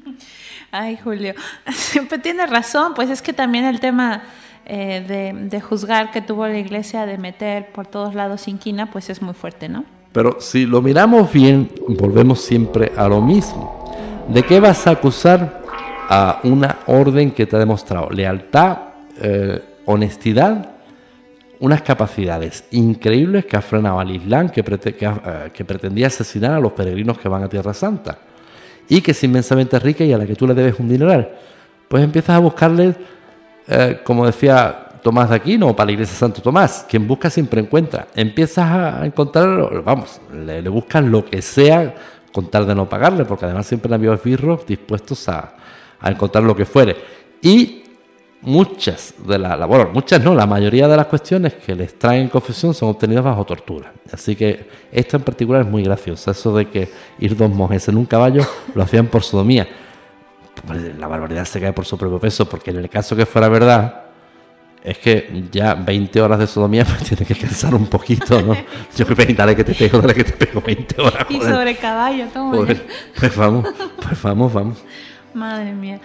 Ay, Julio, siempre tienes razón, pues es que también el tema eh, de, de juzgar que tuvo la iglesia de meter por todos lados inquina, pues es muy fuerte, ¿no? Pero si lo miramos bien, volvemos siempre a lo mismo. ¿De qué vas a acusar a una orden que te ha demostrado lealtad, eh, honestidad, unas capacidades increíbles que ha frenado al Islam, que, prete, que, uh, que pretendía asesinar a los peregrinos que van a Tierra Santa, y que es inmensamente rica y a la que tú le debes un dineral? Pues empiezas a buscarle, eh, como decía Tomás de Aquino, para la Iglesia de Santo Tomás, quien busca siempre encuentra. Empiezas a encontrar, vamos, le, le buscas lo que sea con tal de no pagarle, porque además siempre han habido esbirros dispuestos a, a encontrar lo que fuere. Y muchas de las, la, bueno, muchas no, la mayoría de las cuestiones que les traen confesión son obtenidas bajo tortura. Así que esta en particular es muy graciosa, eso de que ir dos monjes en un caballo lo hacían por sodomía. Pues la barbaridad se cae por su propio peso, porque en el caso que fuera verdad, es que ya veinte horas de sodomía pues tiene que cansar un poquito, ¿no? Yo creo que dale que te pego, dale que te pego veinte horas. Y sobre caballo, toma. Pues vamos, pues vamos, vamos. Madre mía.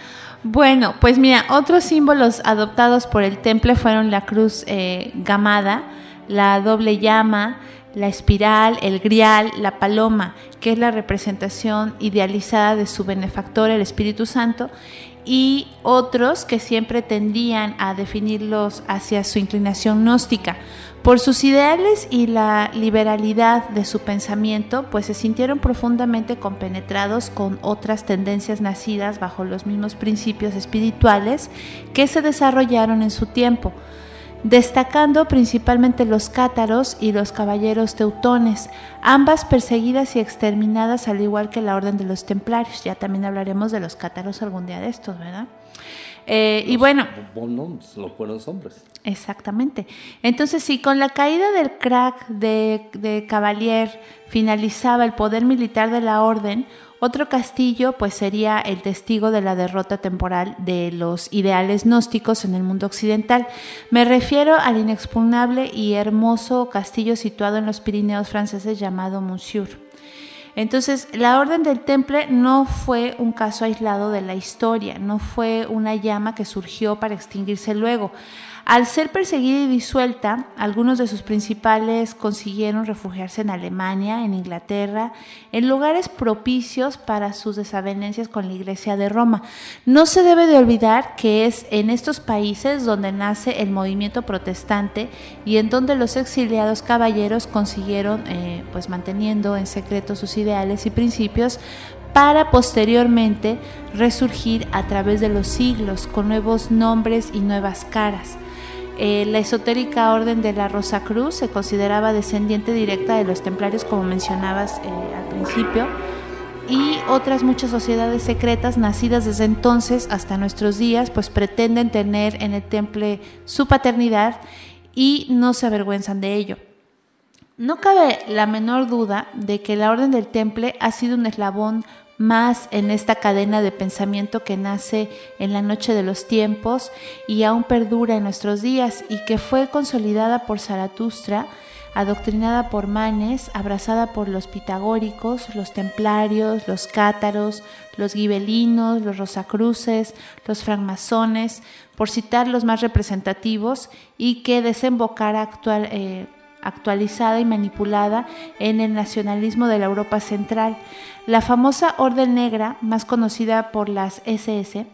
Bueno, pues mira, otros símbolos adoptados por el temple fueron la cruz eh, gamada, la doble llama, la espiral, el grial, la paloma, que es la representación idealizada de su benefactor, el Espíritu Santo, y otros que siempre tendían a definirlos hacia su inclinación gnóstica. Por sus ideales y la liberalidad de su pensamiento, pues se sintieron profundamente compenetrados con otras tendencias nacidas bajo los mismos principios espirituales que se desarrollaron en su tiempo, destacando principalmente los cátaros y los caballeros teutones, ambas perseguidas y exterminadas al igual que la orden de los templarios. Ya también hablaremos de los cátaros algún día de estos, ¿verdad? Eh, y bueno, Buenos, los buenos hombres. exactamente. Entonces, si con la caída del crack de, de Cavalier finalizaba el poder militar de la orden, otro castillo pues sería el testigo de la derrota temporal de los ideales gnósticos en el mundo occidental. Me refiero al inexpugnable y hermoso castillo situado en los Pirineos franceses llamado Monsieur. Entonces, la Orden del Temple no fue un caso aislado de la historia, no fue una llama que surgió para extinguirse luego. Al ser perseguida y disuelta, algunos de sus principales consiguieron refugiarse en Alemania, en Inglaterra, en lugares propicios para sus desavenencias con la Iglesia de Roma. No se debe de olvidar que es en estos países donde nace el movimiento protestante y en donde los exiliados caballeros consiguieron, eh, pues manteniendo en secreto sus ideales y principios, para posteriormente resurgir a través de los siglos con nuevos nombres y nuevas caras. Eh, la esotérica orden de la Rosacruz se consideraba descendiente directa de los templarios, como mencionabas eh, al principio, y otras muchas sociedades secretas nacidas desde entonces hasta nuestros días, pues pretenden tener en el temple su paternidad y no se avergüenzan de ello. No cabe la menor duda de que la Orden del Temple ha sido un eslabón más en esta cadena de pensamiento que nace en la noche de los tiempos y aún perdura en nuestros días, y que fue consolidada por Zaratustra, adoctrinada por Manes, abrazada por los pitagóricos, los templarios, los cátaros, los gibelinos, los rosacruces, los francmasones, por citar los más representativos, y que desembocara actual, eh, actualizada y manipulada en el nacionalismo de la Europa central. La famosa Orden Negra, más conocida por las ese ese,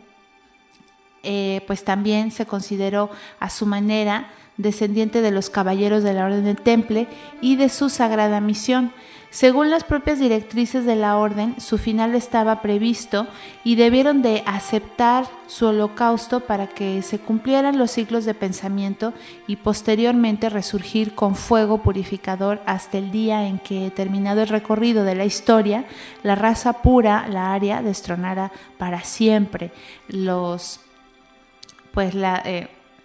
eh, pues también se consideró a su manera descendiente de los caballeros de la Orden del Temple y de su sagrada misión. Según las propias directrices de la orden, su final estaba previsto y debieron de aceptar su holocausto para que se cumplieran los ciclos de pensamiento y posteriormente resurgir con fuego purificador hasta el día en que, terminado el recorrido de la historia, la raza pura, la Aria, destronara para siempre los, pues la, eh,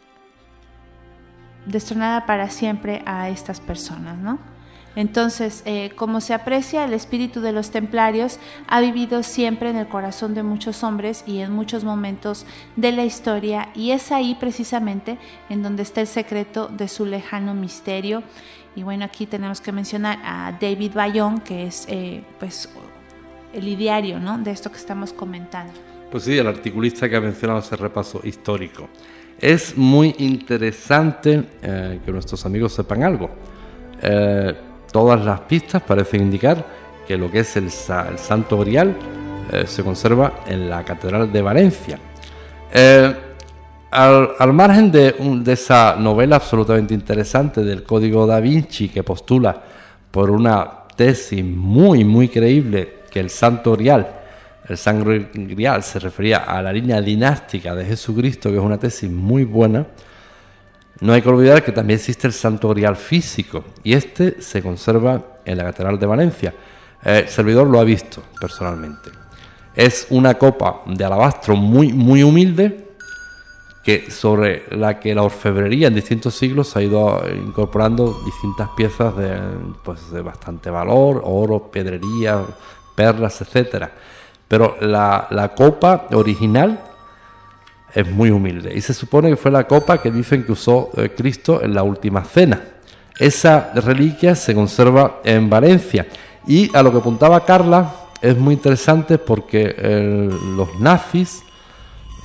destronara para siempre a estas personas, ¿no? Entonces, eh, como se aprecia, el espíritu de los templarios ha vivido siempre en el corazón de muchos hombres y en muchos momentos de la historia, y es ahí precisamente en donde está el secreto de su lejano misterio. Y bueno, aquí tenemos que mencionar a David Bayon, que es eh, pues el ideario, ¿no?, de esto que estamos comentando. Pues sí, el articulista que ha mencionado ese repaso histórico. Es muy interesante eh, que nuestros amigos sepan algo. Eh, Todas las pistas parecen indicar que lo que es el, el Santo Grial eh, se conserva en la Catedral de Valencia. Eh, al, al margen de, un, de esa novela absolutamente interesante del Código da Vinci, que postula por una tesis muy, muy creíble que el Santo Grial, el Santo Grial se refería a la línea dinástica de Jesucristo, que es una tesis muy buena, no hay que olvidar que también existe el Santo Grial físico, y este se conserva en la Catedral de Valencia. El servidor lo ha visto personalmente. Es una copa de alabastro muy, muy humilde, que sobre la que la orfebrería en distintos siglos ha ido incorporando distintas piezas de, pues, de bastante valor: oro, pedrería, perlas, etcétera. Pero la, la copa original es muy humilde, y se supone que fue la copa que dicen que usó eh, Cristo en la última cena. Esa reliquia se conserva en Valencia, y a lo que apuntaba Carla es muy interesante porque eh, los nazis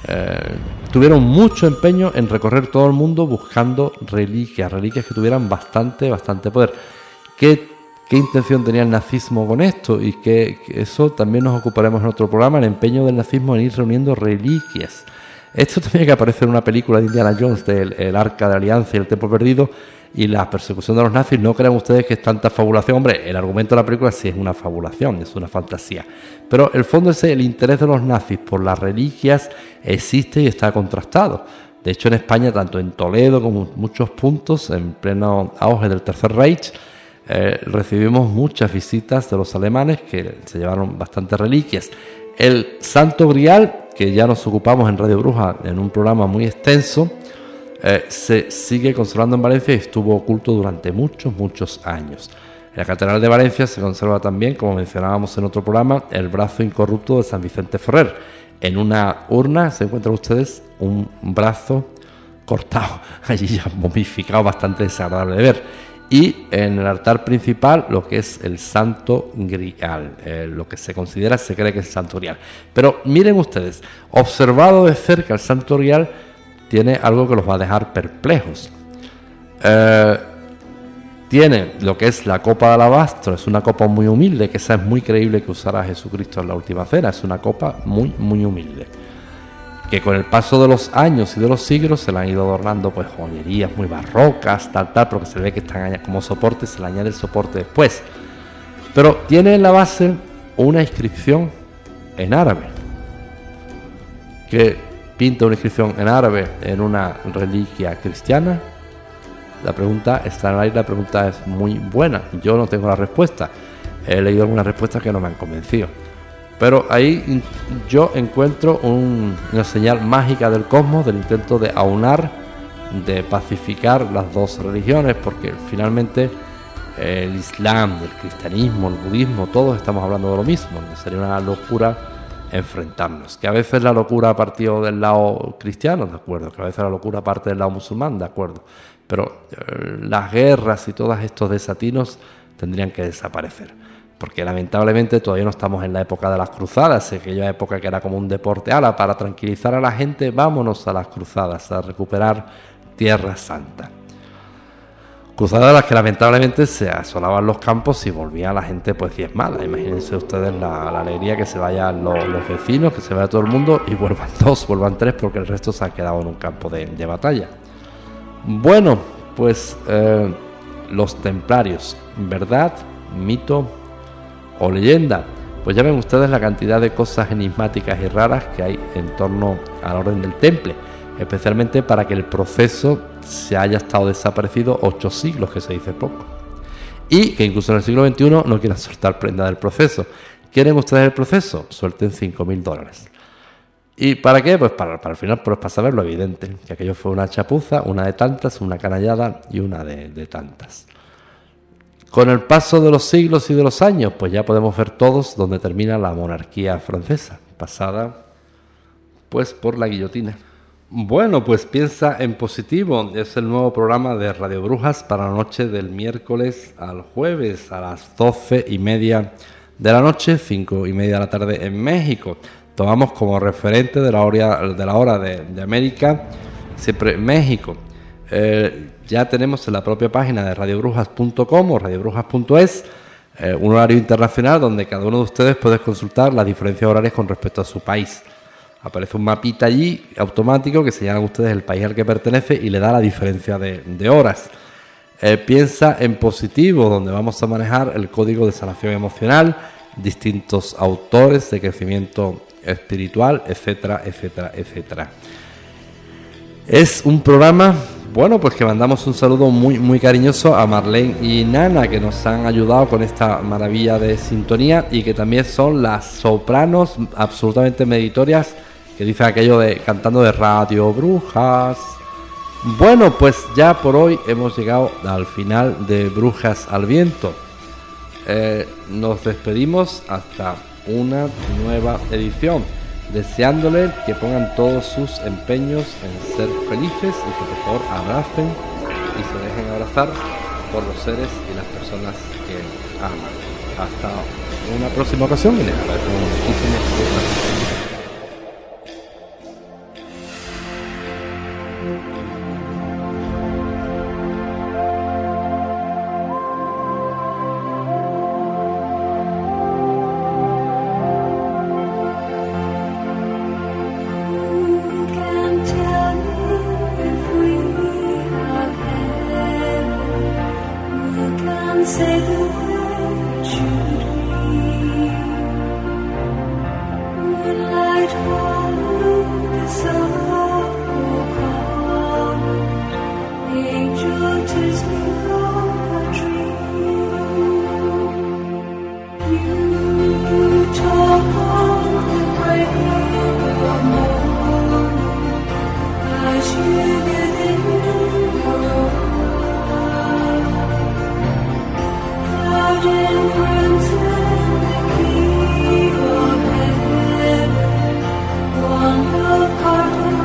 eh, tuvieron mucho empeño en recorrer todo el mundo buscando reliquias, reliquias que tuvieran bastante, bastante poder. ¿Qué, qué intención tenía el nazismo con esto? Y que, que eso también nos ocuparemos en otro programa, el empeño del nazismo en ir reuniendo reliquias. Esto tenía que aparecer en una película de Indiana Jones, del el Arca de la Alianza y el Templo Perdido, y la persecución de los nazis. No crean ustedes que es tanta fabulación. Hombre, el argumento de la película sí es una fabulación, es una fantasía. Pero el fondo es el interés de los nazis por las reliquias existe y está contrastado. De hecho, en España, tanto en Toledo como en muchos puntos, en pleno auge del Tercer Reich, eh, recibimos muchas visitas de los alemanes que se llevaron bastantes reliquias. El Santo Grial, que ya nos ocupamos en Radio Bruja en un programa muy extenso, eh, se sigue conservando en Valencia y estuvo oculto durante muchos, muchos años. En la Catedral de Valencia se conserva también, como mencionábamos en otro programa, el brazo incorrupto de San Vicente Ferrer. En una urna se encuentran ustedes un brazo cortado, allí ya momificado, bastante desagradable de ver. Y en el altar principal lo que es el Santo Grial, eh, lo que se considera, se cree que es el Santo Grial. Pero miren ustedes, observado de cerca el Santo Grial tiene algo que los va a dejar perplejos. Eh, tiene lo que es la copa de alabastro, es una copa muy humilde, que esa es muy creíble que usará Jesucristo en la última cena, es una copa muy, muy humilde, que con el paso de los años y de los siglos se le han ido adornando pues joyerías muy barrocas, tal, tal, porque se ve que están como soporte, se le añade el soporte después. Pero tiene en la base una inscripción en árabe, que pinta una inscripción en árabe en una reliquia cristiana. La pregunta está en el aire, la pregunta es muy buena, yo no tengo la respuesta, he leído algunas respuestas que no me han convencido. Pero ahí yo encuentro un, una señal mágica del cosmos, del intento de aunar, de pacificar las dos religiones, porque finalmente el Islam, el cristianismo, el budismo, todos estamos hablando de lo mismo. Sería una locura enfrentarnos. Que a veces la locura ha partido del lado cristiano, de acuerdo, que a veces la locura parte del lado musulmán, de acuerdo. Pero eh, las guerras y todos estos desatinos tendrían que desaparecer. Porque lamentablemente todavía no estamos en la época de las cruzadas, aquella época que era como un deporte. Ala, para tranquilizar a la gente, vámonos a las cruzadas, a recuperar Tierra Santa. Cruzadas a las que lamentablemente se asolaban los campos y volvía la gente pues diezmada. Imagínense ustedes la, la alegría que se vayan los, los vecinos, que se vaya todo el mundo y vuelvan dos, vuelvan tres, porque el resto se ha quedado en un campo de, de batalla. Bueno, pues eh, los templarios, ¿verdad? Mito o leyenda. Pues ya ven ustedes la cantidad de cosas enigmáticas y raras que hay en torno a la Orden del Temple, especialmente para que el proceso se haya estado desaparecido ocho siglos, que se dice poco, y que incluso en el siglo veintiuno no quieran soltar prenda del proceso. ¿Quieren ustedes el proceso? Suelten cinco mil dólares. ¿Y para qué? Pues para, para el final, pues para saber lo evidente, que aquello fue una chapuza, una de tantas, una canallada y una de, de tantas. Con el paso de los siglos y de los años, pues ya podemos ver todos dónde termina la monarquía francesa, pasada pues por la guillotina. Bueno, pues piensa en positivo, es el nuevo programa de Radio Brujas para la noche del miércoles al jueves a las doce y media de la noche, cinco y media de la tarde en México. Tomamos como referente de la hora de, la hora de, de América, siempre México. Eh, ya tenemos en la propia página de radio brujas punto com o radio brujas punto es eh, un horario internacional donde cada uno de ustedes puede consultar las diferencias horarias con respecto a su país. Aparece un mapita allí automático que señalan ustedes el país al que pertenece y le da la diferencia de, de horas. Eh, piensa en positivo, donde vamos a manejar el código de sanación emocional, distintos autores de crecimiento espiritual, etcétera, etcétera, etcétera. Es un programa, bueno, pues que mandamos un saludo muy, muy cariñoso a Marlene y Nana, que nos han ayudado con esta maravilla de sintonía y que también son las sopranos absolutamente meritorias que dicen aquello de cantando de Radio Brujas. Bueno, pues ya por hoy hemos llegado al final de Brujas al Viento. Eh, nos despedimos hasta una nueva edición, deseándole que pongan todos sus empeños en ser felices y que por favor abracen y se dejen abrazar por los seres y las personas que aman. Hasta una próxima ocasión y les agradecemos muchísimo su say the way it should be. Moonlight on the soft call, angel tis me of a dream. You talk of the break of morning as you get in your arms. Cloud and crimson, the key of heaven, one of cotton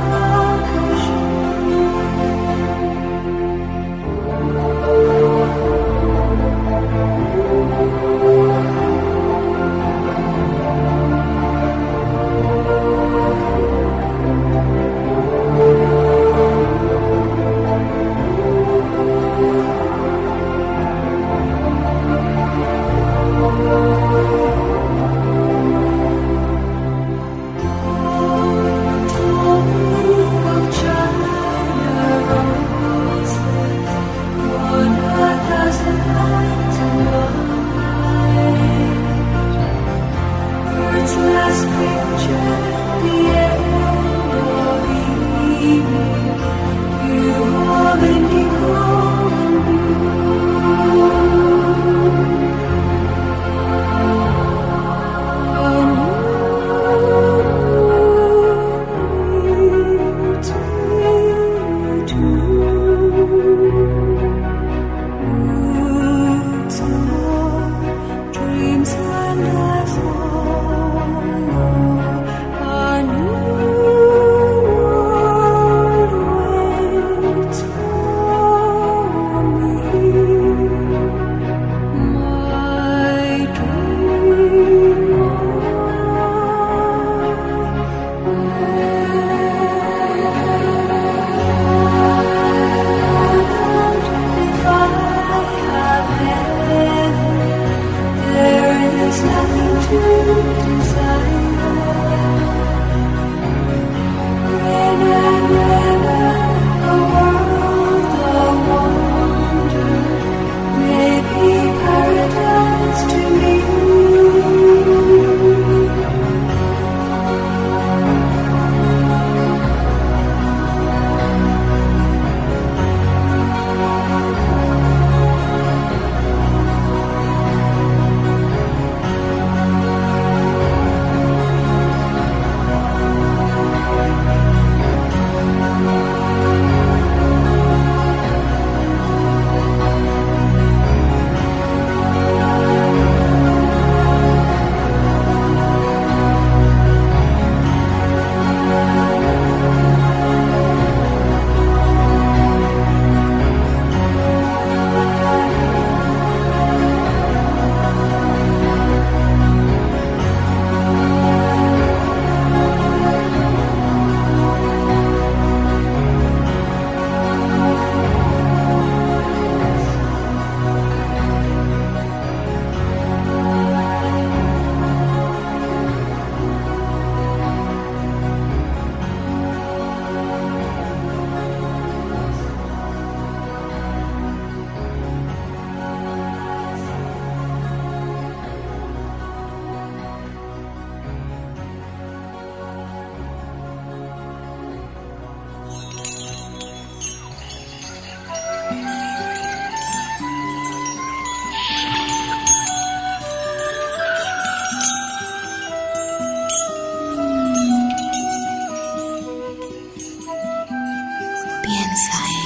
Piensa en